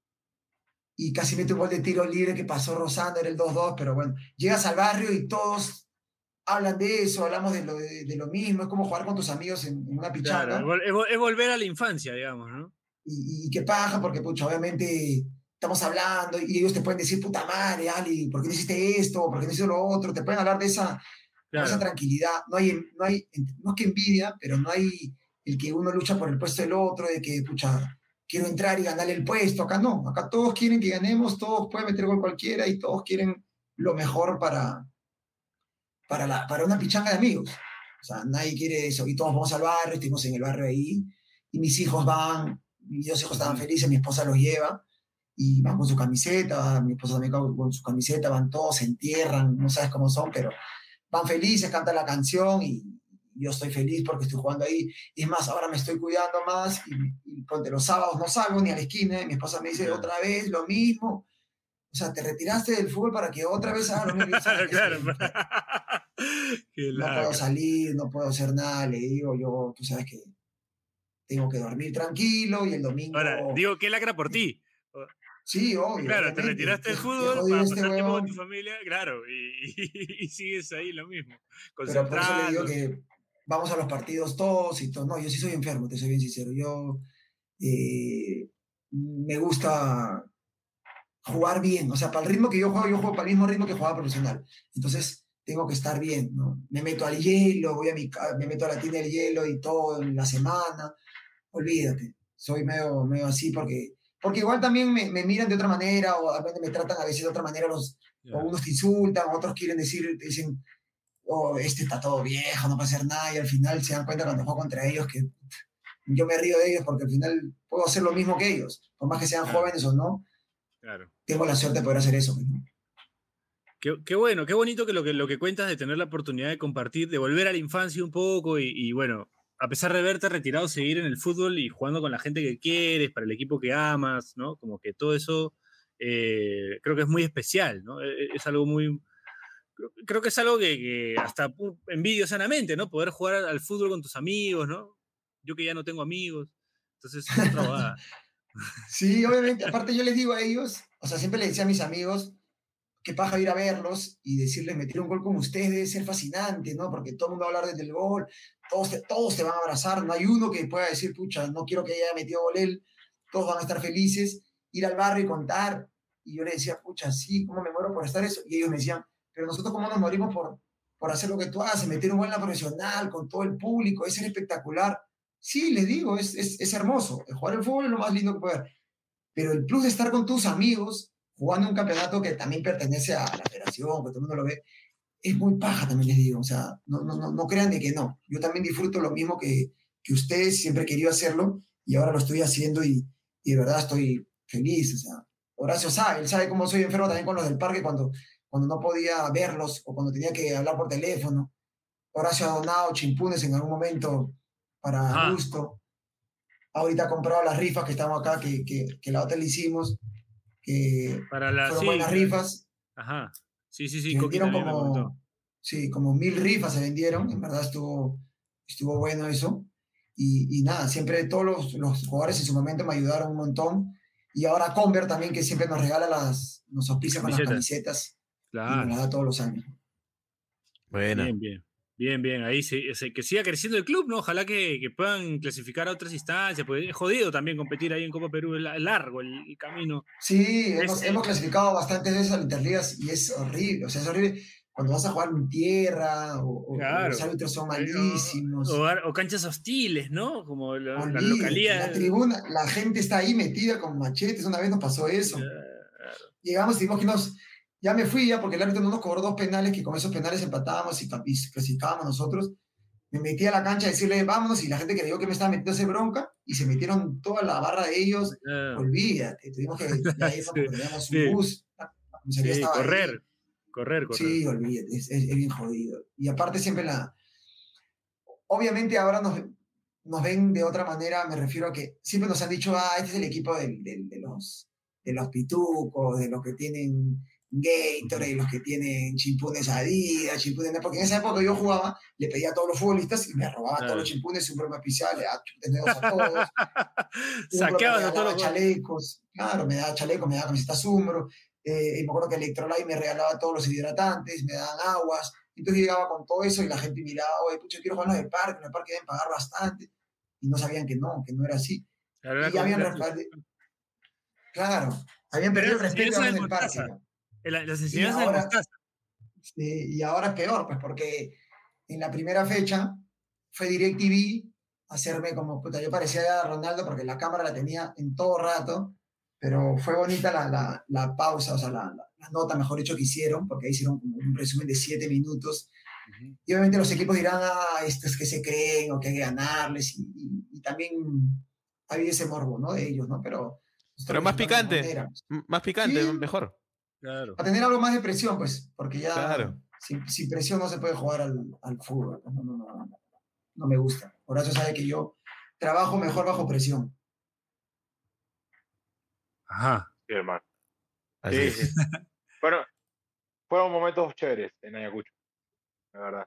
y casi metí un gol de tiro libre que pasó rozando, era el dos dos, pero bueno, llegas al barrio y todos hablan de eso, hablamos de lo, de, de lo mismo, es como jugar con tus amigos en, en una pichanga. Claro, es, vol- es vol- es volver a la infancia, digamos, ¿no? y, y qué paja, porque pucha, obviamente estamos hablando y ellos te pueden decir, puta madre, Ali, ¿por qué no hiciste esto? ¿Por qué no hiciste lo otro? Te pueden hablar de esa, con Claro. esa tranquilidad. No hay, no hay, no es que envidia, pero no hay el que uno lucha por el puesto del otro, de que, pucha, quiero entrar y ganarle el puesto. Acá no, acá todos quieren que ganemos, todos pueden meter gol cualquiera y todos quieren lo mejor para, para, la, para una pichanga de amigos. O sea, nadie quiere eso. Y todos vamos al barrio, estuvimos en el barrio ahí, y mis hijos van, mis dos hijos estaban felices, mi esposa los lleva, y van con su camiseta, mi esposa también con, con su camiseta, van todos, se entierran, no sabes cómo son, pero van felices, cantan la canción, y yo estoy feliz porque estoy jugando ahí. Y es más, ahora me estoy cuidando más, y, y ponte, los sábados no salgo ni a la esquina, y mi esposa me dice, Claro. otra vez lo mismo. O sea, te retiraste del fútbol para que otra vez haga lo mismo. Y yo, "¿Sabes qué? Claro. Estoy- Qué no puedo lacra. salir, no puedo hacer nada", le digo yo, tú sabes que tengo que dormir tranquilo, y el domingo... Ahora, digo, qué lacra por ti. Sí, obvio. Claro, te obviamente. retiraste del Qué- qué fútbol jodido para este pasar tiempo huevón. con tu familia, claro, y, y- y sigues ahí lo mismo. Pero por eso le digo Concentrado. que vamos a los partidos todos y todo. No, yo sí soy enfermo, te soy bien sincero. Yo eh, me gusta jugar bien. O sea, para el ritmo que yo juego, yo juego para el mismo ritmo que jugaba profesional. Entonces, tengo que estar bien, ¿no? Me meto al hielo, voy a mi, me meto a la tienda del hielo y todo en la semana. Olvídate, soy medio, medio así porque, porque igual también me, me miran de otra manera o a veces me tratan a veces de otra manera, los, yeah. o unos te insultan, otros quieren decir, te dicen, oh, este está todo viejo, no va a hacer nada, y al final se dan cuenta cuando juego contra ellos que yo me río de ellos porque al final puedo hacer lo mismo que ellos, por más que sean claro. jóvenes o no, claro. tengo la suerte de poder hacer eso. ¿No? Qué, qué bueno, qué bonito que lo, que lo que cuentas de tener la oportunidad de compartir, de volver a la infancia un poco y, y bueno, a pesar de verte retirado, seguir en el fútbol y jugando con la gente que quieres, para el equipo que amas, ¿no? Como que todo eso eh, creo que es muy especial, ¿no? Es, es algo muy... Creo, creo que es algo que, que hasta envidio sanamente, ¿no? Poder jugar al fútbol con tus amigos, ¿no? Yo que ya no tengo amigos, entonces es otra bobada. Sí, obviamente, aparte yo les digo a ellos, o sea, siempre les decía a mis amigos, qué paja ir a verlos y decirles, meter un gol como ustedes debe ser fascinante, ¿no? Porque todo el mundo va a hablar desde el gol, todos te, todos te van a abrazar, no hay uno que pueda decir, pucha, no quiero que haya metido gol él, todos van a estar felices, ir al barrio y contar, y yo les decía, pucha, sí, ¿cómo me muero por estar eso? Y ellos me decían, pero nosotros cómo nos morimos por, por hacer lo que tú haces, meter un gol en la profesional, con todo el público, es ser espectacular. Sí, les digo, es, es, es hermoso, jugar el fútbol es lo más lindo que puede haber, pero el plus de estar con tus amigos, jugando un campeonato que también pertenece a la federación, que todo el mundo lo ve, es muy paja también les digo, o sea, no, no, no, no crean de que no, yo también disfruto lo mismo que, que ustedes, siempre he querido hacerlo, y ahora lo estoy haciendo y, y de verdad estoy feliz, o sea, Horacio sabe, él sabe cómo soy enfermo también con los del parque cuando, cuando no podía verlos, o cuando tenía que hablar por teléfono. Horacio ha donado chimpunes en algún momento para ah. gusto, ahorita ha comprado las rifas que estamos acá, que, que, que la otra le hicimos, que para la, fueron sí, buenas rifas. Ajá. Sí, sí, sí. Se vendieron como, sí, como mil rifas se vendieron. En verdad estuvo, estuvo bueno eso. Y, y nada, siempre todos los, los jugadores en su momento me ayudaron un montón. Y ahora Conver también, que siempre nos regala las, nos auspicia con las camisetas. Claro. Y nos las da todos los años. Bueno. Bien, bien. Bien, bien, ahí se, se, que siga creciendo el club, ¿no? Ojalá que, que puedan clasificar a otras instancias, porque es jodido también competir ahí en Copa Perú, es largo el, el camino. Sí, hemos, hemos clasificado bastantes veces a las Interligas y es horrible, o sea, es horrible cuando vas a jugar en tierra, o, claro. o los árbitros son malísimos. O, o, o canchas hostiles, ¿no? Como la, la localidad. La tribuna, la gente está ahí metida con machetes, una vez nos pasó eso. Claro. Llegamos y dijimos que nos... Ya me fui ya porque el árbitro no nos cobró dos penales, que con esos penales empatábamos y, y clasificábamos nosotros. Me metí a la cancha a decirle vámonos y la gente creyó que me estaba metiendo ese bronca y se metieron toda la barra de ellos. Yeah. Olvídate, tuvimos que ya eso porque teníamos un sí. bus. La comisaría sí, estaba correr, ahí. correr, correr. Sí, olvídate, es, es, es bien jodido. Y aparte siempre la... Obviamente ahora nos, nos ven de otra manera, me refiero a que siempre nos han dicho, ah, este es el equipo de, de, de, los, de los pitucos, de los que tienen... Gatorade, los que tienen chimpunes Adidas, chimpunes, porque en esa época yo jugaba, le pedía a todos los futbolistas y me robaba claro. todos los chimpunes, un programa especial, le daba chimpunes a todos. Saqueabas a todos los chalecos, claro, me daba chalecos, me daba camisetas Umbro, eh, y me acuerdo que Electrolyte me regalaba todos los hidratantes, me daban aguas, entonces yo llegaba con todo eso y la gente miraba, oye, pucha, quiero jugar en el parque, en el parque deben pagar bastante, y no sabían que no, que no era así. Claro, y ya habían respaldo, claro, habían perdido el respeto en el parque. La, las enseñanzas de Mostaza. Sí, y ahora es peor, pues porque en la primera fecha fue DirecTV a hacerme como, puta, yo parecía a Ronaldo porque la cámara la tenía en todo rato, pero fue bonita la, la, la pausa, o sea, la, la, la nota, mejor dicho, que hicieron, porque ahí hicieron como un resumen de siete minutos, uh-huh. Y obviamente los equipos dirán, ah, estos que se creen, o que hay que ganarles, y, y, y también había ese morbo, ¿no?, de ellos, ¿no? Pero... Pero más picante, manera, pues. más picante, sí, mejor. Claro. A tener algo más de presión, pues, porque ya claro. sin, sin presión no se puede jugar al, al fútbol. No, no, no, no, no me gusta. Por eso sabe que yo trabajo mejor bajo presión. Ajá. Sí, hermano. Sí, sí. Bueno, fueron momentos chéveres en Ayacucho, la verdad.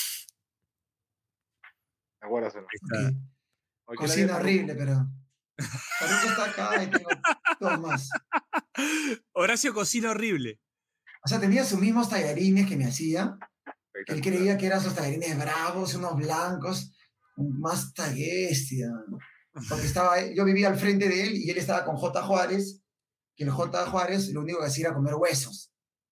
¿Te acuerdas o no? Okay. Cocina horrible, pero... Por eso está acá y tengo dos más. Horacio cocina horrible. O sea, tenía sus mismos tallarines que me hacía. Que él creía que eran esos tallarines bravos, unos blancos, más bestia. Porque estaba, yo vivía al frente de él y él estaba con J. Juárez, que el J. Juárez lo único que hacía era comer huesos.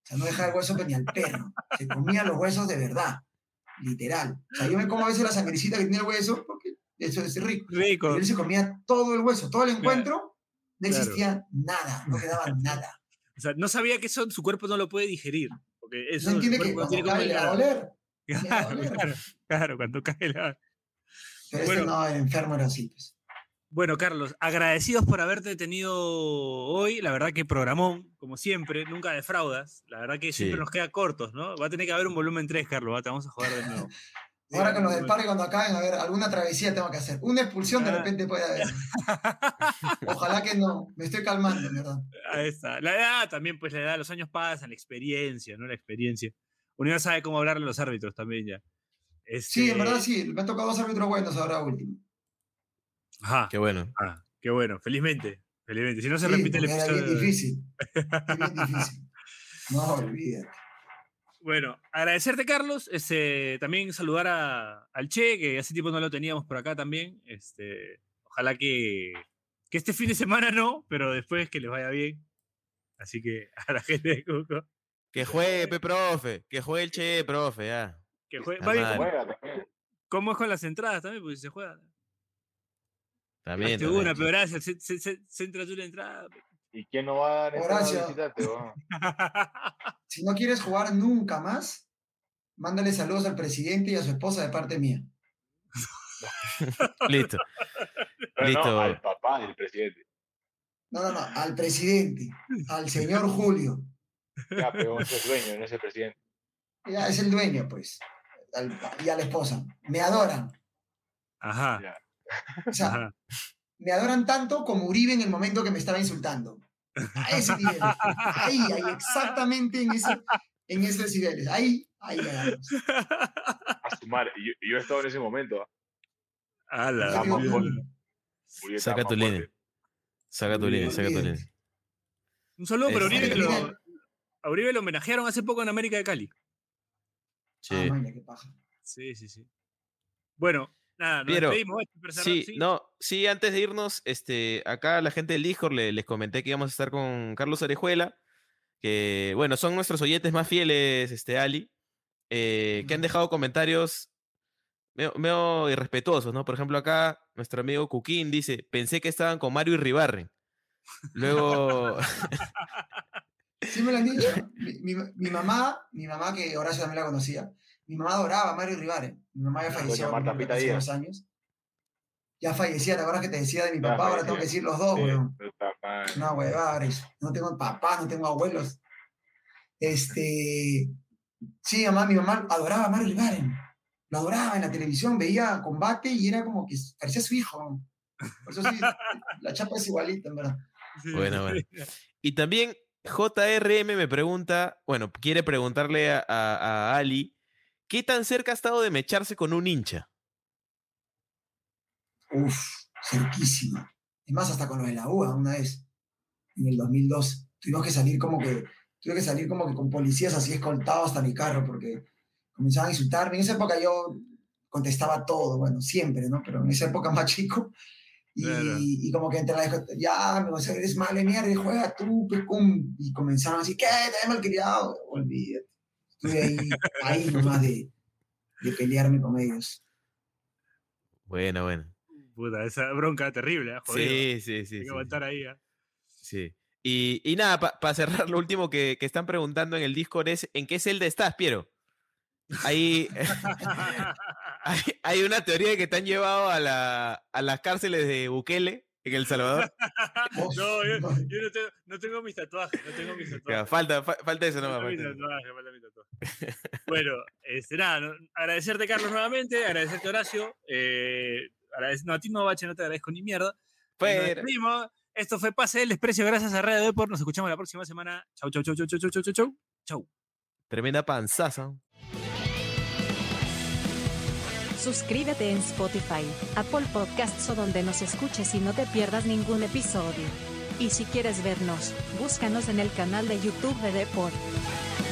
sea, no dejaba el hueso ni al perro. Se comía los huesos de verdad, literal. O sea, yo me como a veces la sangrecita que tiene el hueso, porque eso es rico. Rico. Y él se comía todo el hueso, todo el encuentro, no Claro. existía nada, no quedaba nada. O sea, no sabía que eso su cuerpo no lo puede digerir. Porque eso No entiende su que cuerpo cuando tiene cae le va a como- doler. le va a Claro, doler. claro, claro, cuando cae la... Pero Bueno. este no, el enfermo era así, pues. Bueno, Carlos, agradecidos por haberte tenido hoy. La verdad que programón, como siempre, nunca defraudas. La verdad que siempre Sí. nos queda cortos, ¿no? Va a tener que haber un volumen tres, Carlos. ¿va? Te vamos a jugar de nuevo. Ahora con los del parque, cuando acaben, a ver, alguna travesía tengo que hacer. Una expulsión de Ah. repente puede haber. Ojalá que no. Me estoy calmando, en verdad. Ahí está. La edad también, pues la edad, los años pasan, la experiencia, ¿no? La experiencia. Uno ya sabe cómo hablarle a los árbitros también ya. Sí, en Este, verdad sí. Me han tocado dos árbitros buenos ahora último. Ajá. Qué bueno. Ah, qué bueno, felizmente. Felizmente. Si no se Sí, repite el porque era episodio. bien difícil. Es bien difícil. No, olvídate. Bueno, agradecerte, Carlos. Este, también saludar a, al Che, que hace tiempo no lo teníamos por acá también. Este, ojalá que, que este fin de semana no, pero después que les vaya bien. Así que a la gente de Cuco. Que juegue, pe, profe. Que juegue el Che, profe, ya. Que juegue. La Va bien, madre. ¿cómo, Juega también. cómo es con las entradas también? Porque si se juega. También, Hazte también. una, pero gracias. Se, se, se, centra tú la entrada. ¿Y quién no va a dar entrada a Horacio. visitarte, weón? Si no quieres jugar nunca más, mándale saludos al presidente y a su esposa de parte mía. Listo. Pero Listo. no, al papá del presidente. No, no, no, al presidente, al señor Julio. Ya, pero ese es dueño, no es el presidente. Ya es el dueño, pues. Al- y a la esposa. Me adoran. Ajá. Ya. O sea, Ajá. me adoran tanto como Uribe en el momento que me estaba insultando. A ese nivel. Ahí, ahí, exactamente en, ese, en esos niveles. Ahí, ahí llegamos. A su madre. Y Yo, y yo he estado en ese momento. ¿ah? A la Está más Dios. fuerte. Uribe está Saca más tu fuerte. línea. Saca tu línea, saca tu Olvídate. línea. Un saludo, pero Este, Uribe lo, mira. a Uribe lo homenajearon hace poco en América de Cali. Sí. Ah, maña, qué paja. Sí, sí, sí. Bueno, nada, nos Piero, despedimos. ¿eh? Para cerrar, Sí, no, sí, antes de irnos, este, acá la gente del Discord le- les comenté que íbamos a estar con Carlos Orejuela, que, bueno, son nuestros oyentes más fieles, este, Ali, eh, que han dejado comentarios medio, medio irrespetuosos, ¿no? Por ejemplo, acá nuestro amigo Cuquín dice, pensé que estaban con Mario Irribarren. Luego, Sí me lo han dicho. Mi, mi- mi mamá, mi mamá, que Horacio también la conocía, mi mamá adoraba a Mario Rivare. Mi mamá ya Doña falleció Marta creo que Pita hace Díaz. dos años. Ya fallecía, ¿te acuerdas que te decía de mi Ya papá? Ahora tengo que falleció. decir los dos, Sí, weón. puta madre. No, huevada, eso. No tengo papá, no tengo abuelos. Este. Sí, mamá, mi mamá adoraba a Mario Rivaren. Lo adoraba en la televisión, veía combate y era como que parecía su hijo. Por eso sí, la chapa es igualita, en verdad. Sí, bueno, bueno. sí. Y también J R M me pregunta, bueno, quiere preguntarle a, a- a Ali, ¿qué tan cerca ha estado de mecharse con un hincha? Uf, cerquísima. Es más, hasta con lo de la U A una vez, en el dos mil dos. Tuvimos que salir como que, tuve que salir como que con policías así escoltados hasta mi carro, porque comenzaban a insultarme. En esa época yo contestaba todo, bueno, siempre, ¿no? Pero en esa época más chico. Y, Claro. y como que entre la discoteca, ya, me vas a eres mal de mierda, y juega tú, pecum. Y comenzaron así, ¿qué? Te he malcriado. Olvídate. Estuve ahí, ahí nomás de, de pelearme con ellos. Bueno, bueno. Puta, esa bronca terrible, ¿eh? Jodido. Sí, sí, sí. Hay que sí, aguantar ahí, ¿eh? sí. Y, y nada, para cerrar, lo último que, que están preguntando en el Discord es, ¿en qué celda estás, Piero? Hay, hay, hay una teoría de que te han llevado a, la, a las cárceles de Bukele, en El Salvador. Uf, No, yo, no. yo no, tengo, no tengo mis tatuajes, no tengo mis Ya, tatuajes. falta, fa- falta eso Falta nomás. mi falta eso. tatuaje, falta mi tatuaje. Bueno, este, nada, no- agradecerte, Carlos, nuevamente, agradecerte, Horacio. Eh, agradec- no, a ti no, Bache, no te agradezco ni mierda. Y nos Fuera. despedimos. Esto fue Pase del Desprecio, gracias a Radio Deport. Nos escuchamos la próxima semana. Chau, chau, chau, chau, chau, chau, chau, chau. Chau. Tremenda panzaza. Suscríbete en Spotify, Apple Podcasts o donde nos escuches y no te pierdas ningún episodio. Y si quieres vernos, búscanos en el canal de YouTube de Deport.